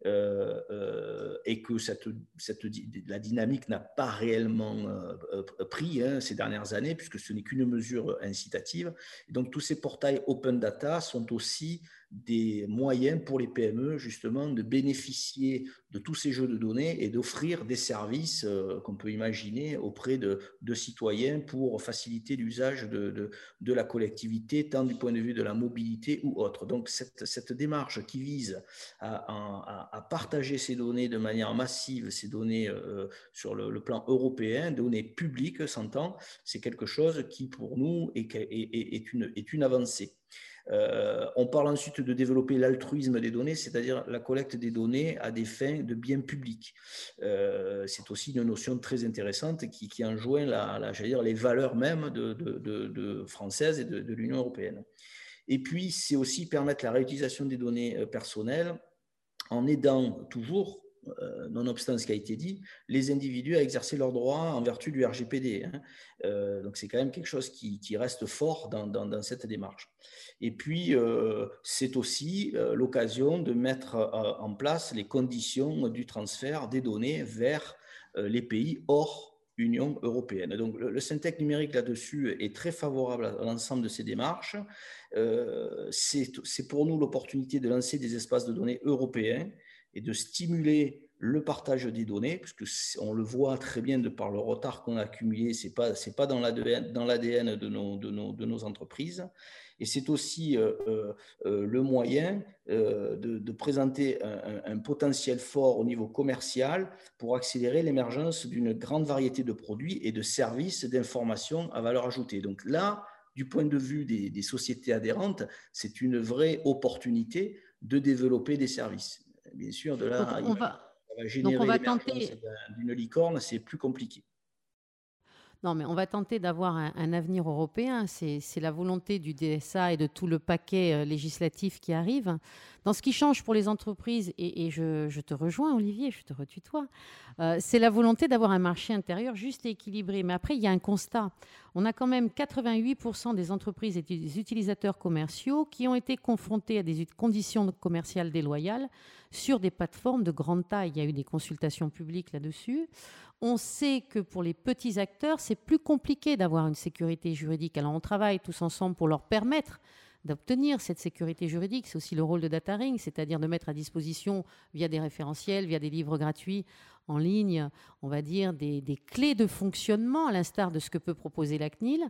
et que la dynamique n'a pas réellement pris ces dernières années, puisque ce n'est qu'une mesure incitative. Et donc tous ces portails open data sont aussi des moyens pour les PME justement de bénéficier de tous ces jeux de données et d'offrir des services qu'on peut imaginer auprès de citoyens pour faciliter l'usage de la collectivité, tant du point de vue de la mobilité ou autre. Donc cette démarche qui vise à partager ces données de manière massive, ces données sur le plan européen, données publiques s'entend, c'est quelque chose qui pour nous est une avancée. On parle ensuite de développer l'altruisme des données, c'est-à-dire la collecte des données à des fins de bien public. C'est aussi une notion très intéressante qui enjoint j'allais dire, les valeurs même françaises et de l'Union européenne. Et puis, c'est aussi permettre la réutilisation des données personnelles en aidant toujours, nonobstant ce qui a été dit, les individus à exercer leurs droits en vertu du RGPD. Donc, c'est quand même quelque chose qui reste fort dans cette démarche. Et puis, c'est aussi l'occasion de mettre en place les conditions du transfert des données vers les pays hors Union européenne. Donc, le Syntec Numérique là-dessus est très favorable à l'ensemble de ces démarches. C'est pour nous l'opportunité de lancer des espaces de données européens et de stimuler le partage des données, puisque on le voit très bien de par le retard qu'on a accumulé, c'est pas dans l'ADN de nos entreprises. Et c'est aussi le moyen de présenter un potentiel fort au niveau commercial pour accélérer l'émergence d'une grande variété de produits et de services d'information à valeur ajoutée. Donc là, du point de vue des sociétés adhérentes, c'est une vraie opportunité de développer des services. Bien sûr, de là, ça va générer l'émergence d'une licorne, c'est plus compliqué. Non, mais on va tenter d'avoir un avenir européen. C'est la volonté du DSA et de tout le paquet législatif qui arrive. Dans ce qui change pour les entreprises, et je te rejoins, Olivier, je te retutoie, c'est la volonté d'avoir un marché intérieur juste et équilibré. Mais après, il y a un constat. On a quand même 88% des entreprises et des utilisateurs commerciaux qui ont été confrontés à des conditions commerciales déloyales sur des plateformes de grande taille. Il y a eu des consultations publiques là-dessus. On sait que pour les petits acteurs, c'est plus compliqué d'avoir une sécurité juridique. Alors, on travaille tous ensemble pour leur permettre d'obtenir cette sécurité juridique. C'est aussi le rôle de DataRing, c'est-à-dire de mettre à disposition, via des référentiels, via des livres gratuits en ligne, on va dire, des clés de fonctionnement, à l'instar de ce que peut proposer la CNIL.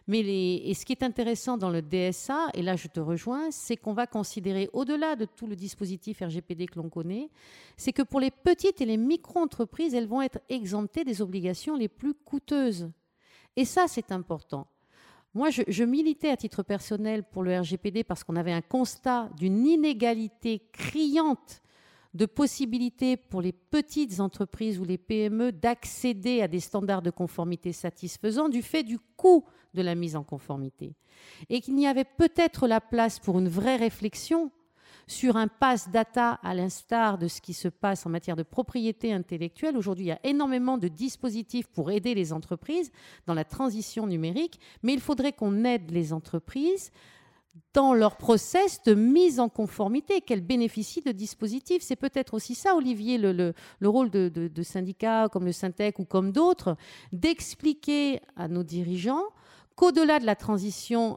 Et ce qui est intéressant dans le DSA, et là je te rejoins, c'est qu'on va considérer, au-delà de tout le dispositif RGPD que l'on connaît, c'est que pour les petites et les micro-entreprises, elles vont être exemptées des obligations les plus coûteuses. Et ça, c'est important. Moi, je militais à titre personnel pour le RGPD parce qu'on avait un constat d'une inégalité criante de possibilités pour les petites entreprises ou les PME d'accéder à des standards de conformité satisfaisants du fait du coût de la mise en conformité. Et qu'il n'y avait peut-être la place pour une vraie réflexion sur un pass data à l'instar de ce qui se passe en matière de propriété intellectuelle. Aujourd'hui, il y a énormément de dispositifs pour aider les entreprises dans la transition numérique, mais il faudrait qu'on aide les entreprises dans leur process de mise en conformité, qu'elles bénéficient de dispositifs. C'est peut-être aussi ça, Olivier, le rôle de syndicats comme le Syntec ou comme d'autres, d'expliquer à nos dirigeants qu'au-delà de la transition,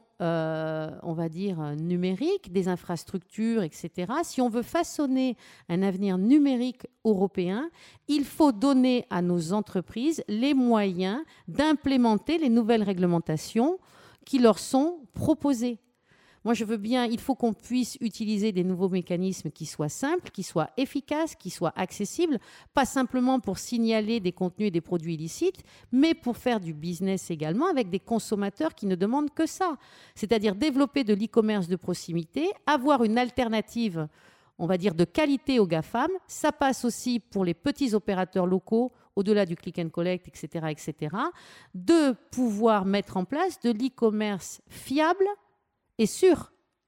on va dire, numérique, des infrastructures, etc., si on veut façonner un avenir numérique européen, il faut donner à nos entreprises les moyens d'implémenter les nouvelles réglementations qui leur sont proposées. Moi, je veux bien, il faut qu'on puisse utiliser des nouveaux mécanismes qui soient simples, qui soient efficaces, qui soient accessibles, pas simplement pour signaler des contenus et des produits illicites, mais pour faire du business également avec des consommateurs qui ne demandent que ça. C'est-à-dire développer de l'e-commerce de proximité, avoir une alternative, on va dire, de qualité aux GAFAM. Ça passe aussi pour les petits opérateurs locaux, au-delà du click and collect, etc., de pouvoir mettre en place de l'e-commerce fiable et sûr.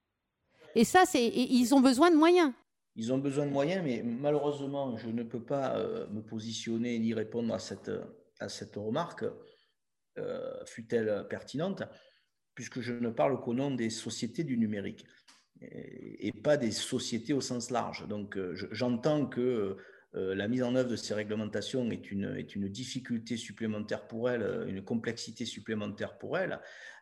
Et ça, ils ont besoin de moyens. Ils ont besoin de moyens, mais malheureusement, je ne peux pas me positionner ni répondre à cette remarque, fût-elle pertinente, puisque je ne parle qu'au nom des sociétés du numérique et pas des sociétés au sens large. Donc, j'entends que la mise en œuvre de ces réglementations est une difficulté supplémentaire pour elles, une complexité supplémentaire pour elles.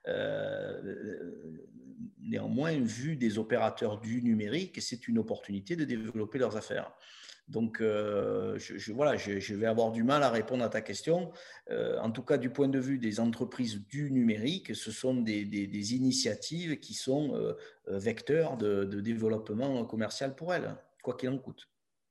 Néanmoins, vu des opérateurs du numérique, c'est une opportunité de développer leurs affaires. Donc, je vais avoir du mal à répondre à ta question. En tout cas, du point de vue des entreprises du numérique, ce sont des initiatives qui sont vecteurs de développement commercial pour elles, quoi qu'il en coûte.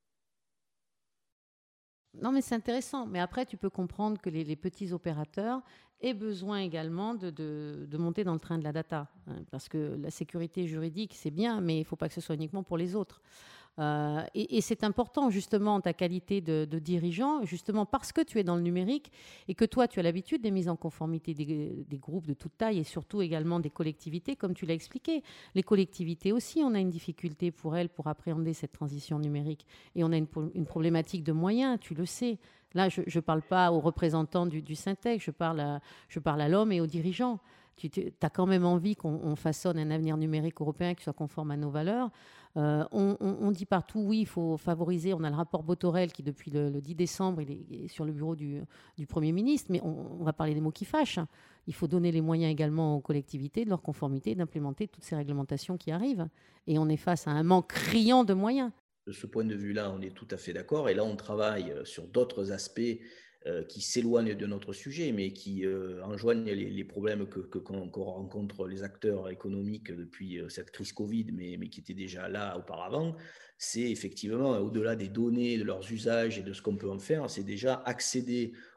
Non, mais c'est intéressant. Mais après, tu peux comprendre que les petits opérateurs aient besoin également de monter dans le train de la data. Hein, parce que la sécurité juridique, c'est bien, mais il ne faut pas que ce soit uniquement pour les autres. Et c'est important, justement, ta qualité de dirigeant, justement parce que tu es dans le numérique et que toi, tu as l'habitude des mises en conformité des groupes de toute taille et surtout également des collectivités, comme tu l'as expliqué. Les collectivités aussi, on a une difficulté pour elles pour appréhender cette transition numérique. Et on a une problématique de moyens, tu le sais. Là, je ne parle pas aux représentants du Syntec, je parle à l'homme et aux dirigeants. Tu as quand même envie qu'on façonne un avenir numérique européen qui soit conforme à nos valeurs. On dit partout, oui, il faut favoriser. On a le rapport Botorel qui, depuis le 10 décembre, il est sur le bureau du Premier ministre, mais on va parler des mots qui fâchent. Il faut donner les moyens également aux collectivités de leur conformité, d'implémenter toutes ces réglementations qui arrivent. Et on est face à un manque criant de moyens. De ce point de vue-là, on est tout à fait d'accord. Et là, on travaille sur d'autres aspects qui s'éloignent de notre sujet, mais qui enjoignent les problèmes qu'on rencontre les acteurs économiques depuis cette crise Covid, mais qui étaient déjà là auparavant. C'est effectivement, au-delà des données, de leurs usages et de ce qu'on peut en faire, c'est déjà accéder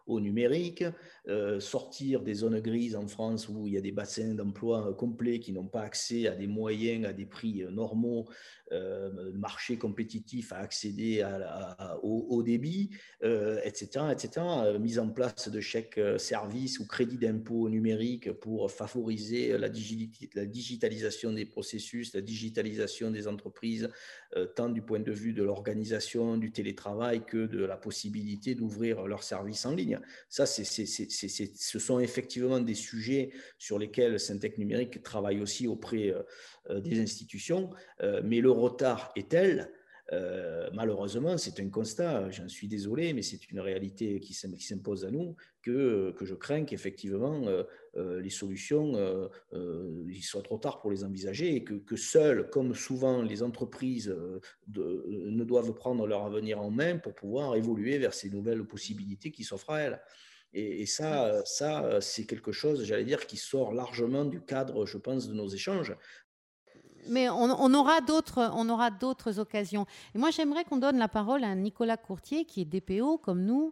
au numérique, sortir des zones grises en France où il y a des bassins d'emploi complets qui n'ont pas accès à des moyens, à des prix normaux, marché compétitif à accéder au débit, etc., etc. Mise en place de chèques services ou crédits d'impôt numérique pour favoriser la digitalisation des processus, la digitalisation des entreprises, tant du point de vue de l'organisation, du télétravail que de la possibilité d'ouvrir leurs services en ligne. Ça, ce sont effectivement des sujets sur lesquels Syntec Numérique travaille aussi auprès des institutions, mais le retard est tel, malheureusement, c'est un constat, j'en suis désolé, mais c'est une réalité qui s'impose à nous, que je crains qu'effectivement les solutions, il soit trop tard pour les envisager et que seules, comme souvent les entreprises ne doivent prendre leur avenir en main pour pouvoir évoluer vers ces nouvelles possibilités qui s'offrent à elles. Et ça, c'est quelque chose, j'allais dire, qui sort largement du cadre, je pense, de nos échanges. Mais on aura d'autres occasions. Et moi, j'aimerais qu'on donne la parole à Nicolas Courtier, qui est DPO comme nous,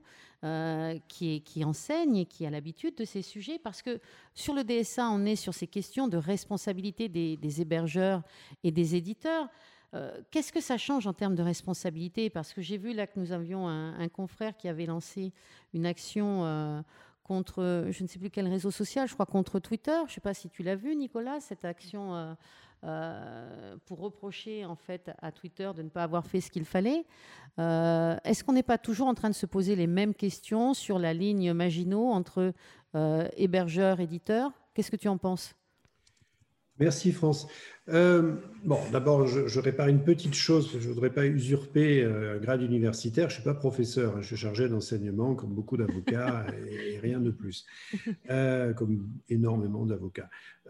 qui enseigne et qui a l'habitude de ces sujets. Parce que sur le DSA, on est sur ces questions de responsabilité des hébergeurs et des éditeurs. Qu'est-ce que ça change en termes de responsabilité? Parce que j'ai vu là que nous avions un confrère qui avait lancé une action contre, je ne sais plus quel réseau social, je crois contre Twitter. Je ne sais pas si tu l'as vu, Nicolas, cette action pour reprocher en fait à Twitter de ne pas avoir fait ce qu'il fallait. Est-ce qu'on n'est pas toujours en train de se poser les mêmes questions sur la ligne Maginot entre hébergeurs, éditeurs? Qu'est-ce que tu en penses? Merci, France. Bon, d'abord, je répare une petite chose. Je ne voudrais pas usurper un grade universitaire. Je ne suis pas professeur. Je suis chargé d'enseignement, comme beaucoup d'avocats, et rien de plus, comme énormément d'avocats.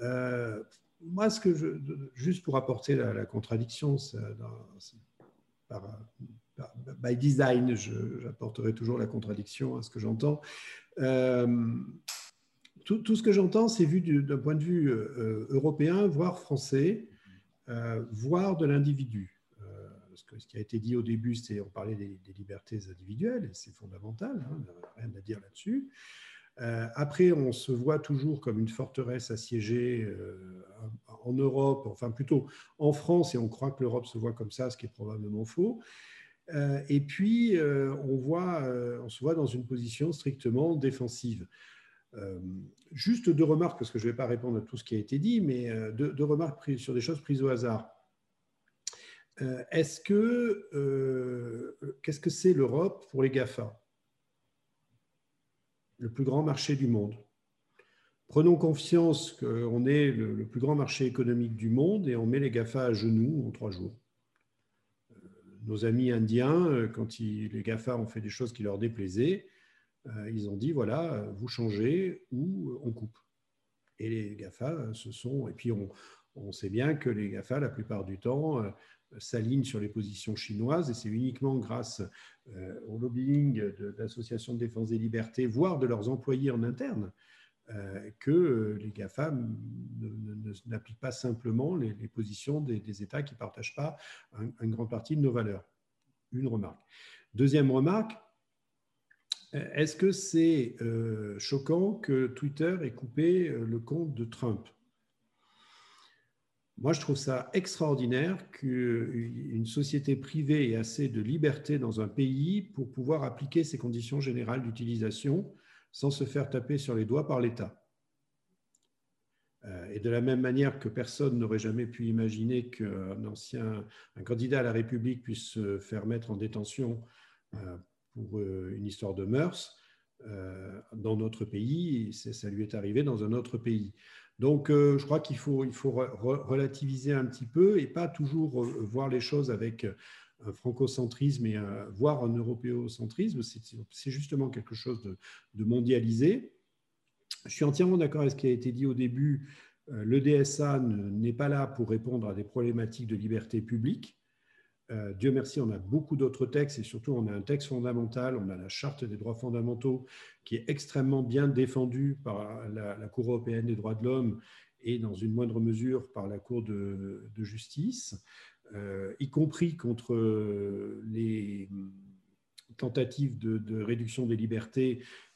Moi, juste pour apporter la contradiction, by design, j'apporterai toujours la contradiction à ce que j'entends. Tout ce que j'entends, c'est vu d'un point de vue européen, voire français, voire de l'individu. Ce qui a été dit au début, on parlait des libertés individuelles, et c'est fondamental, hein, rien à dire là-dessus. Après, on se voit toujours comme une forteresse assiégée en Europe, enfin plutôt en France, et on croit que l'Europe se voit comme ça, ce qui est probablement faux. Et puis, on se voit dans une position strictement défensive. Juste deux remarques, parce que je ne vais pas répondre à tout ce qui a été dit, mais deux remarques sur des choses prises au hasard. Qu'est-ce que c'est l'Europe pour les GAFA? Le plus grand marché du monde. Prenons conscience qu'on est le plus grand marché économique du monde et on met les GAFA à genoux en 3 jours. Nos amis indiens, quand les GAFA ont fait des choses qui leur déplaisaient, ils ont dit, voilà, vous changez ou on coupe. Et les GAFA et puis on sait bien que les GAFA, la plupart du temps, s'alignent sur les positions chinoises et c'est uniquement grâce au lobbying de l'Association de défense des libertés, voire de leurs employés en interne, que les GAFA n'appliquent pas simplement les positions des États qui ne partagent pas une grande partie de nos valeurs. Une remarque. Deuxième remarque, est-ce que c'est choquant que Twitter ait coupé le compte de Trump? Moi, je trouve ça extraordinaire qu'une société privée ait assez de liberté dans un pays pour pouvoir appliquer ses conditions générales d'utilisation sans se faire taper sur les doigts par l'État. Et de la même manière que personne n'aurait jamais pu imaginer un candidat à la République puisse se faire mettre en détention pour une histoire de mœurs dans notre pays, ça lui est arrivé dans un autre pays. Donc, je crois qu'il faut relativiser un petit peu et pas toujours voir les choses avec un francocentrisme et voire un européocentrisme. C'est justement quelque chose de mondialisé. Je suis entièrement d'accord avec ce qui a été dit au début. Le DSA n'est pas là pour répondre à des problématiques de liberté publique. Dieu merci, on a beaucoup d'autres textes et surtout on a un texte fondamental, on a la Charte des droits fondamentaux qui est extrêmement bien défendue par la Cour européenne des droits de l'homme et dans une moindre mesure par la Cour de justice, y compris contre les tentatives de réduction des libertés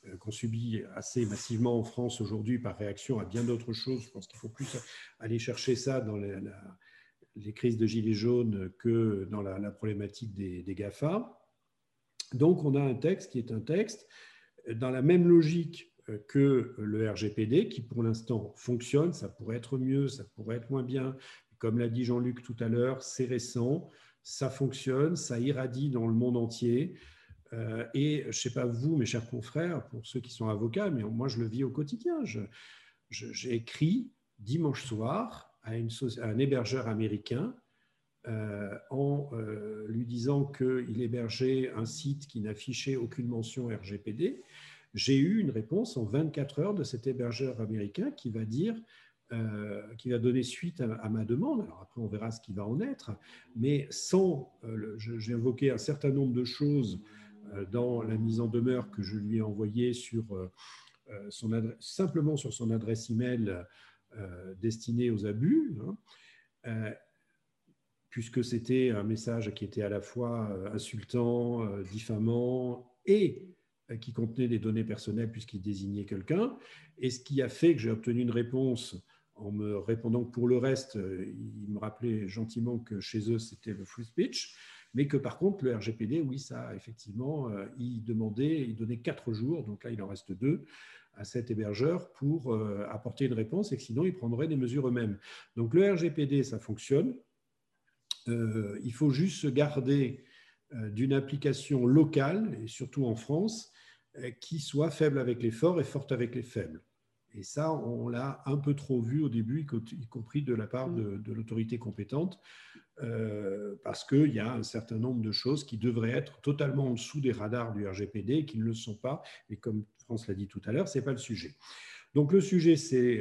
qu'on subit assez massivement en France aujourd'hui par réaction à bien d'autres choses. Je pense qu'il faut plus aller chercher ça dans les crises de gilets jaunes que dans la problématique des GAFA. Donc, on a un texte qui est un texte dans la même logique que le RGPD, qui pour l'instant fonctionne. Ça pourrait être mieux, ça pourrait être moins bien. Comme l'a dit Jean-Luc tout à l'heure, c'est récent, ça fonctionne, ça irradie dans le monde entier. Et je ne sais pas vous, mes chers confrères, pour ceux qui sont avocats, mais moi je le vis au quotidien. J'ai écrit dimanche soir à un hébergeur américain en lui disant qu'il hébergeait un site qui n'affichait aucune mention RGPD. J'ai eu une réponse en 24 heures de cet hébergeur américain qui va dire, qui va donner suite à ma demande. Alors après, on verra ce qui va en être, mais j'ai invoqué un certain nombre de choses dans la mise en demeure que je lui ai envoyée simplement sur son adresse email destinée aux abus, puisque c'était un message qui était à la fois insultant, diffamant et qui contenait des données personnelles puisqu'il désignait quelqu'un. Et ce qui a fait que j'ai obtenu une réponse en me répondant que pour le reste, il me rappelait gentiment que chez eux, c'était le free speech, mais que par contre, le RGPD, oui, ça, effectivement, il donnait 4 jours, donc là, il en reste 2 à cet hébergeur pour apporter une réponse et que sinon, ils prendraient des mesures eux-mêmes. Donc, le RGPD, ça fonctionne. Il faut juste se garder d'une application locale, et surtout en France, qui soit faible avec les forts et forte avec les faibles. Et ça, on l'a un peu trop vu au début, y compris de la part de l'autorité compétente, parce qu'il y a un certain nombre de choses qui devraient être totalement en dessous des radars du RGPD et qui ne le sont pas. Et comme France l'a dit tout à l'heure, ce n'est pas le sujet. Donc le sujet, c'est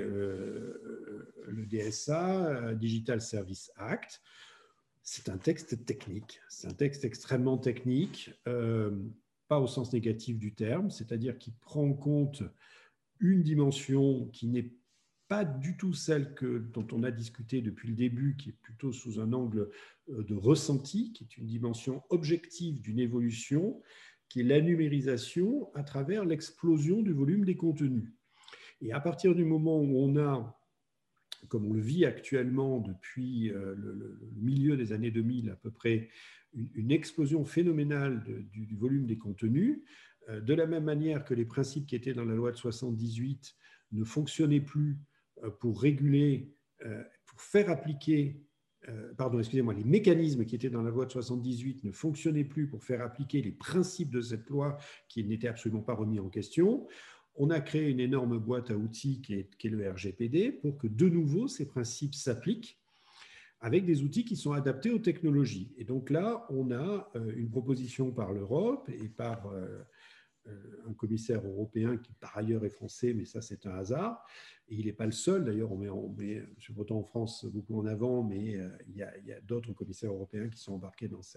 le DSA, Digital Service Act. C'est un texte technique, c'est un texte extrêmement technique, pas au sens négatif du terme, c'est-à-dire qu'il prend en compte une dimension qui n'est pas du tout celle dont on a discuté depuis le début, qui est plutôt sous un angle de ressenti, qui est une dimension objective d'une évolution, qui est la numérisation à travers l'explosion du volume des contenus. Et à partir du moment où on a, comme on le vit actuellement depuis le milieu des années 2000 à peu près, une explosion phénoménale du volume des contenus, de la même manière que les principes qui étaient dans la loi de 78 ne fonctionnaient plus pour réguler, pour faire appliquer, les mécanismes qui étaient dans la loi de 78 ne fonctionnaient plus pour faire appliquer les principes de cette loi qui n'étaient absolument pas remis en question. On a créé une énorme boîte à outils qui est le RGPD pour que de nouveau ces principes s'appliquent avec des outils qui sont adaptés aux technologies. Et donc là, on a une proposition par l'Europe et par un commissaire européen qui par ailleurs est français, mais ça c'est un hasard. Et il n'est pas le seul, d'ailleurs on met M. Breton en France beaucoup en avant, mais il y a d'autres commissaires européens qui sont embarqués dans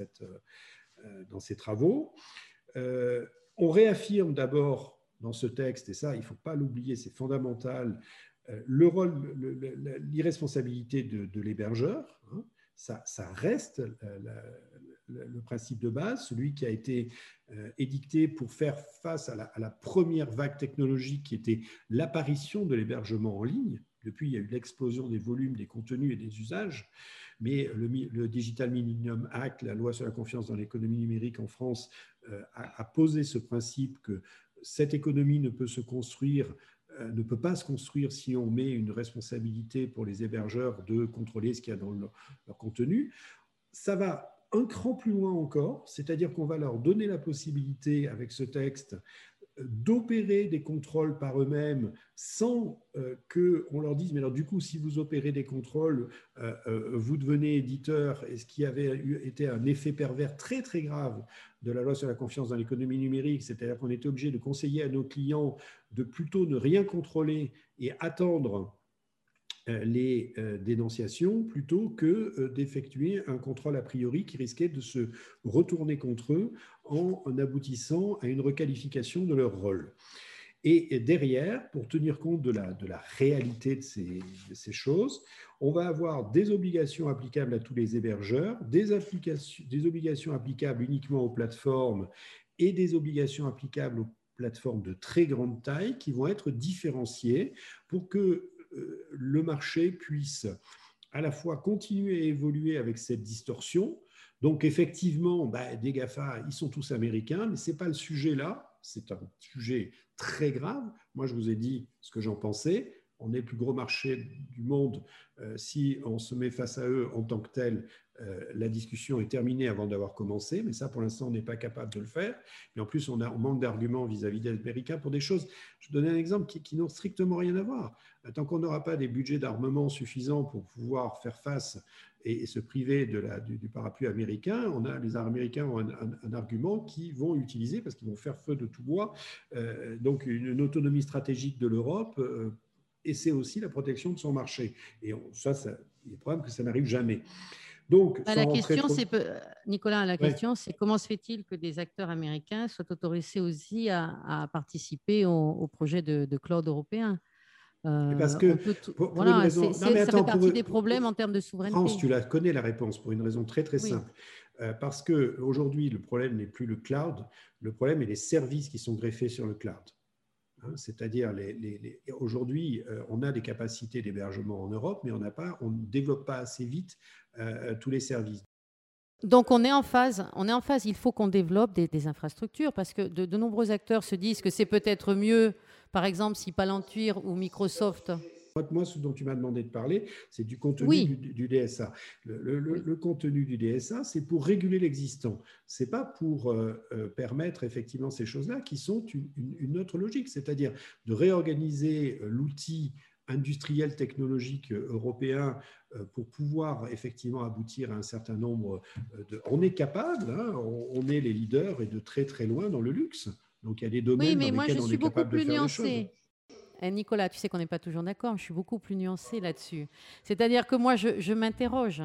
ces travaux. On réaffirme d'abord dans ce texte, et ça il ne faut pas l'oublier, c'est fondamental, le rôle, l'irresponsabilité de l'hébergeur. Ça reste le principe de base, celui qui a été édicté pour faire face à la première vague technologique qui était l'apparition de l'hébergement en ligne. Depuis, il y a eu l'explosion des volumes, des contenus et des usages, mais le Digital Millennium Act, la loi sur la confiance dans l'économie numérique en France, a posé ce principe que cette économie ne peut pas se construire si on met une responsabilité pour les hébergeurs de contrôler ce qu'il y a dans leur contenu. Ça va un cran plus loin encore, c'est-à-dire qu'on va leur donner la possibilité, avec ce texte, d'opérer des contrôles par eux-mêmes sans qu'on leur dise « mais alors du coup, si vous opérez des contrôles, vous devenez éditeur », et ce qui avait été un effet pervers très très grave de la loi sur la confiance dans l'économie numérique, c'est-à-dire qu'on était obligé de conseiller à nos clients de plutôt ne rien contrôler et attendre les dénonciations plutôt que d'effectuer un contrôle a priori qui risquait de se retourner contre eux en aboutissant à une requalification de leur rôle. Et derrière, pour tenir compte de la réalité de ces choses, on va avoir des obligations applicables à tous les hébergeurs, des obligations applicables uniquement aux plateformes et des obligations applicables aux plateformes de très grande taille qui vont être différenciées pour que le marché puisse à la fois continuer à évoluer avec cette distorsion. Donc effectivement, des GAFA, ils sont tous américains, mais ce n'est pas le sujet là, c'est un sujet très grave. Moi, je vous ai dit ce que j'en pensais. On est le plus gros marché du monde. Si on se met face à eux en tant que tel, la discussion est terminée avant d'avoir commencé, mais ça, pour l'instant, on n'est pas capable de le faire. Et en plus, on manque d'arguments vis-à-vis des Américains pour des choses. Je donne un exemple qui n'ont strictement rien à voir. Tant qu'on n'aura pas des budgets d'armement suffisants pour pouvoir faire face et se priver du parapluie américain, les Américains ont un argument qu'ils vont utiliser parce qu'ils vont faire feu de tout bois. Donc, une autonomie stratégique de l'Europe, et c'est aussi la protection de son marché. Et il est probable que ça n'arrive jamais. Donc, Nicolas, la question, c'est comment se fait-il que des acteurs américains soient autorisés aussi à participer au projet de cloud européen? Parce que, ça fait partie des problèmes en termes de souveraineté. France, tu la connais la réponse pour une raison très très simple. Parce qu'aujourd'hui, le problème n'est plus le cloud, le problème est les services qui sont greffés sur le cloud. C'est-à-dire, aujourd'hui, on a des capacités d'hébergement en Europe, mais on ne développe pas assez vite tous les services. Donc, on est en phase. Il faut qu'on développe des infrastructures parce que de nombreux acteurs se disent que c'est peut-être mieux, par exemple, si Palantir ou Microsoft... Moi, ce dont tu m'as demandé de parler, c'est du contenu du DSA. Le contenu du DSA, c'est pour réguler l'existant. Ce n'est pas pour permettre effectivement ces choses-là qui sont une autre logique, c'est-à-dire de réorganiser l'outil industriel technologique européen pour pouvoir effectivement aboutir à un certain nombre de... On est capable, on est les leaders et de très très loin dans le luxe. Donc il y a des domaines dans lesquels on est capable de faire des choses. Nicolas, tu sais qu'on n'est pas toujours d'accord, je suis beaucoup plus nuancée là-dessus. C'est-à-dire que moi, je m'interroge.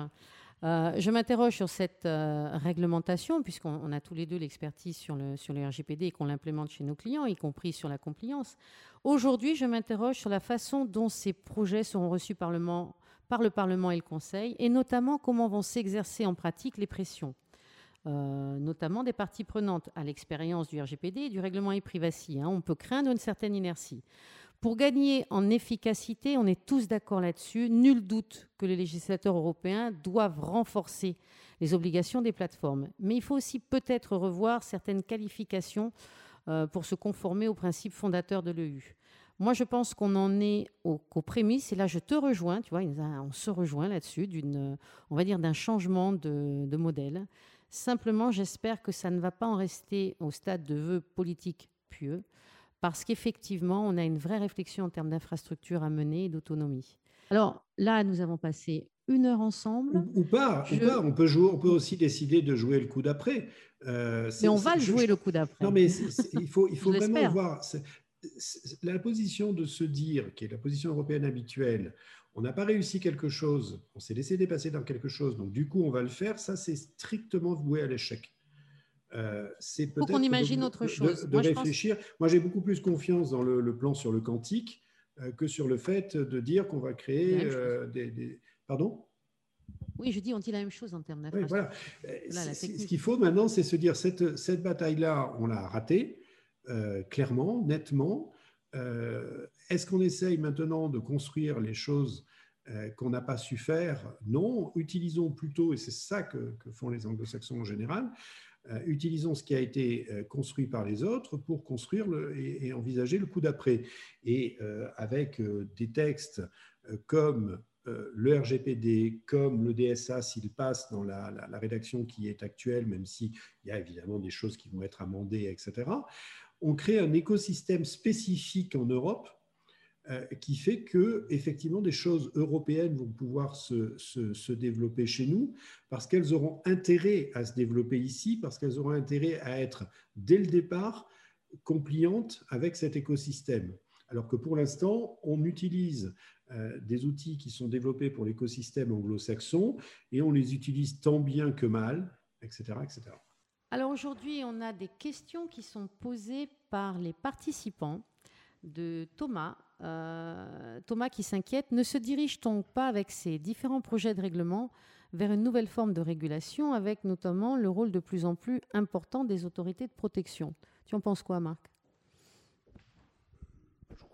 Je m'interroge sur cette réglementation, puisqu'on a tous les deux l'expertise sur le RGPD et qu'on l'implémente chez nos clients, y compris sur la compliance. Aujourd'hui, je m'interroge sur la façon dont ces projets seront reçus par le Parlement et le Conseil, et notamment comment vont s'exercer en pratique les pressions. Notamment des parties prenantes à l'expérience du RGPD et du règlement e-privacy. On peut craindre une certaine inertie. Pour gagner en efficacité, on est tous d'accord là-dessus. Nul doute que les législateurs européens doivent renforcer les obligations des plateformes. Mais il faut aussi peut-être revoir certaines qualifications pour se conformer aux principes fondateurs de l'EU. Moi, je pense qu'on en est qu'aux prémices, et là, je te rejoins, tu vois, on se rejoint là-dessus, on va dire d'un changement de modèle. Simplement, j'espère que ça ne va pas en rester au stade de vœux politiques pieux, parce qu'effectivement, on a une vraie réflexion en termes d'infrastructure à mener et d'autonomie. Alors là, nous avons passé 1 heure ensemble. Ou pas. On peut aussi décider de jouer le coup d'après. Mais on va jouer le coup d'après. Non, mais il faut vraiment voir la position de se dire, qui est la position européenne habituelle, on n'a pas réussi quelque chose, on s'est laissé dépasser dans quelque chose, donc du coup, on va le faire. Ça, c'est strictement voué à l'échec. C'est peut-être qu'on imagine autre chose. De réfléchir. Moi, j'ai beaucoup plus confiance dans le plan sur le quantique que sur le fait de dire qu'on va créer des... Pardon ? Oui, je dis, on dit la même chose en termes d'infrastructure. Oui, voilà. Ce qu'il faut maintenant, c'est se dire, cette bataille-là, on l'a ratée, clairement, nettement. Est-ce qu'on essaye maintenant de construire les choses qu'on n'a pas su faire? Non. Utilisons plutôt, et c'est ça que font les anglo-saxons en général, utilisons ce qui a été construit par les autres pour construire et envisager le coup d'après. Et avec des textes comme le RGPD, comme le DSA, s'il passe dans la rédaction qui est actuelle, même s'il y a évidemment des choses qui vont être amendées, etc., on crée un écosystème spécifique en Europe qui fait que, effectivement, des choses européennes vont pouvoir se développer chez nous parce qu'elles auront intérêt à se développer ici, parce qu'elles auront intérêt à être, dès le départ, compliantes avec cet écosystème. Alors que pour l'instant, on utilise des outils qui sont développés pour l'écosystème anglo-saxon et on les utilise tant bien que mal, etc., etc. Alors aujourd'hui, on a des questions qui sont posées par les participants de Thomas. Thomas qui s'inquiète, ne se dirige-t-on pas avec ces différents projets de règlement vers une nouvelle forme de régulation avec notamment le rôle de plus en plus important des autorités de protection? Tu en penses quoi, Marc?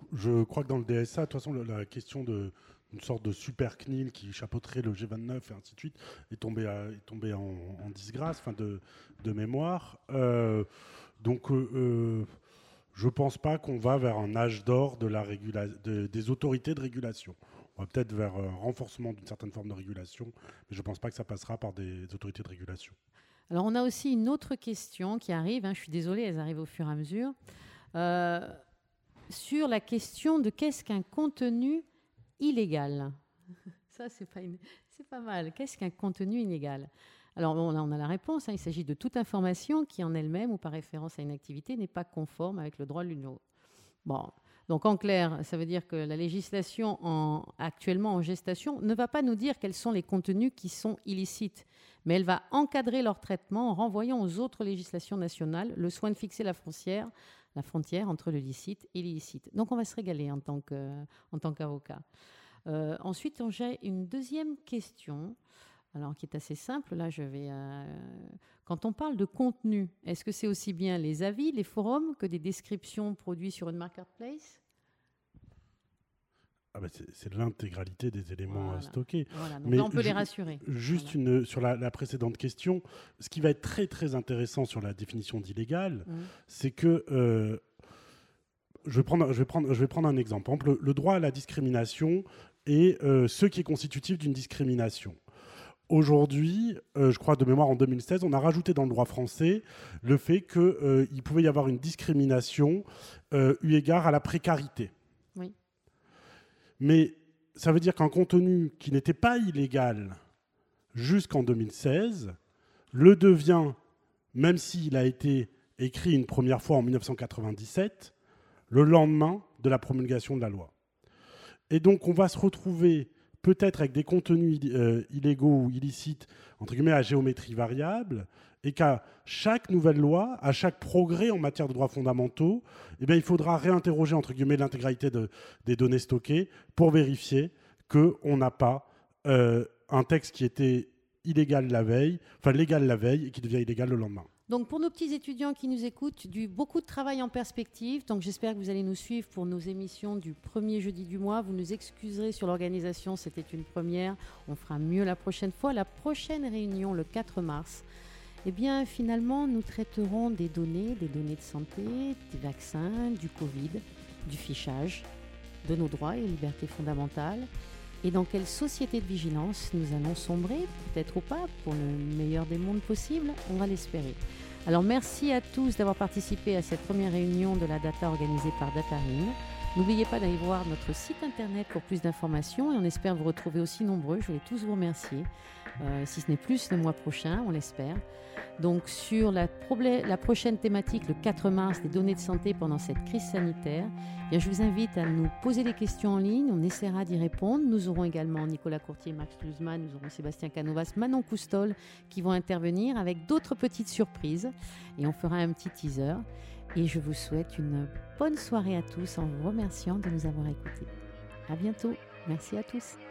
Je crois que dans le DSA, de toute façon, la question d'une sorte de super CNIL qui chapeauterait le G29 et ainsi de suite est tombée en disgrâce, de mémoire. Donc, je ne pense pas qu'on va vers un âge d'or des autorités de régulation. On va peut-être vers un renforcement d'une certaine forme de régulation, mais je ne pense pas que ça passera par des autorités de régulation. Alors, on a aussi une autre question qui arrive. Je suis désolée, elles arrivent au fur et à mesure. Sur la question de qu'est-ce qu'un contenu illégal. Ça, c'est pas mal. Qu'est-ce qu'un contenu illégal? Alors, on a la réponse. Il s'agit de toute information qui, en elle-même ou par référence à une activité, n'est pas conforme avec le droit de l'Union. Bon. Donc, en clair, ça veut dire que la législation actuellement en gestation ne va pas nous dire quels sont les contenus qui sont illicites, mais elle va encadrer leur traitement en renvoyant aux autres législations nationales le soin de fixer la frontière entre le licite et l'illicite. Donc, on va se régaler en tant qu'avocat. Ensuite, j'ai une deuxième question, alors qui est assez simple. Là, quand on parle de contenu, est-ce que c'est aussi bien les avis, les forums, que des descriptions produits sur une marketplace? C'est l'intégralité des éléments stockés. Voilà, donc là, on peut les rassurer. Juste sur la précédente question, ce qui va être très, très intéressant sur la définition d'illégal, c'est que... je vais prendre un exemple. Par exemple, le droit à la discrimination est ce qui est constitutif d'une discrimination. Aujourd'hui, je crois de mémoire en 2016, on a rajouté dans le droit français le fait qu'il pouvait y avoir une discrimination eu égard à la précarité. Oui. Mais ça veut dire qu'un contenu qui n'était pas illégal jusqu'en 2016 le devient, même s'il a été écrit une première fois en 1997, le lendemain de la promulgation de la loi. Et donc, on va se retrouver peut-être avec des contenus illégaux ou illicites, entre guillemets, à géométrie variable, et qu'à chaque nouvelle loi, à chaque progrès en matière de droits fondamentaux, il faudra réinterroger, entre guillemets, l'intégralité des données stockées pour vérifier qu'on n'a pas un texte qui était légal la veille, et qui devient illégal le lendemain. Donc, pour nos petits étudiants qui nous écoutent, beaucoup de travail en perspective. Donc, j'espère que vous allez nous suivre pour nos émissions du premier jeudi du mois. Vous nous excuserez sur l'organisation, c'était une première. On fera mieux la prochaine fois. La prochaine réunion, le 4 mars, finalement, nous traiterons des données de santé, des vaccins, du Covid, du fichage, de nos droits et libertés fondamentales. Et dans quelle société de vigilance nous allons sombrer, peut-être ou pas, pour le meilleur des mondes possible, on va l'espérer. Alors merci à tous d'avoir participé à cette première réunion de la data organisée par Datarine. N'oubliez pas d'aller voir notre site internet pour plus d'informations et on espère vous retrouver aussi nombreux. Je voulais tous vous remercier, si ce n'est plus le mois prochain, on l'espère. Donc sur la prochaine thématique, le 4 mars, des données de santé pendant cette crise sanitaire, je vous invite à nous poser des questions en ligne, on essaiera d'y répondre. Nous aurons également Nicolas Courtier, Max Luzman, nous aurons Sébastien Canovas, Manon Coustol qui vont intervenir avec d'autres petites surprises et on fera un petit teaser. Et je vous souhaite une bonne soirée à tous en vous remerciant de nous avoir écoutés. À bientôt. Merci à tous.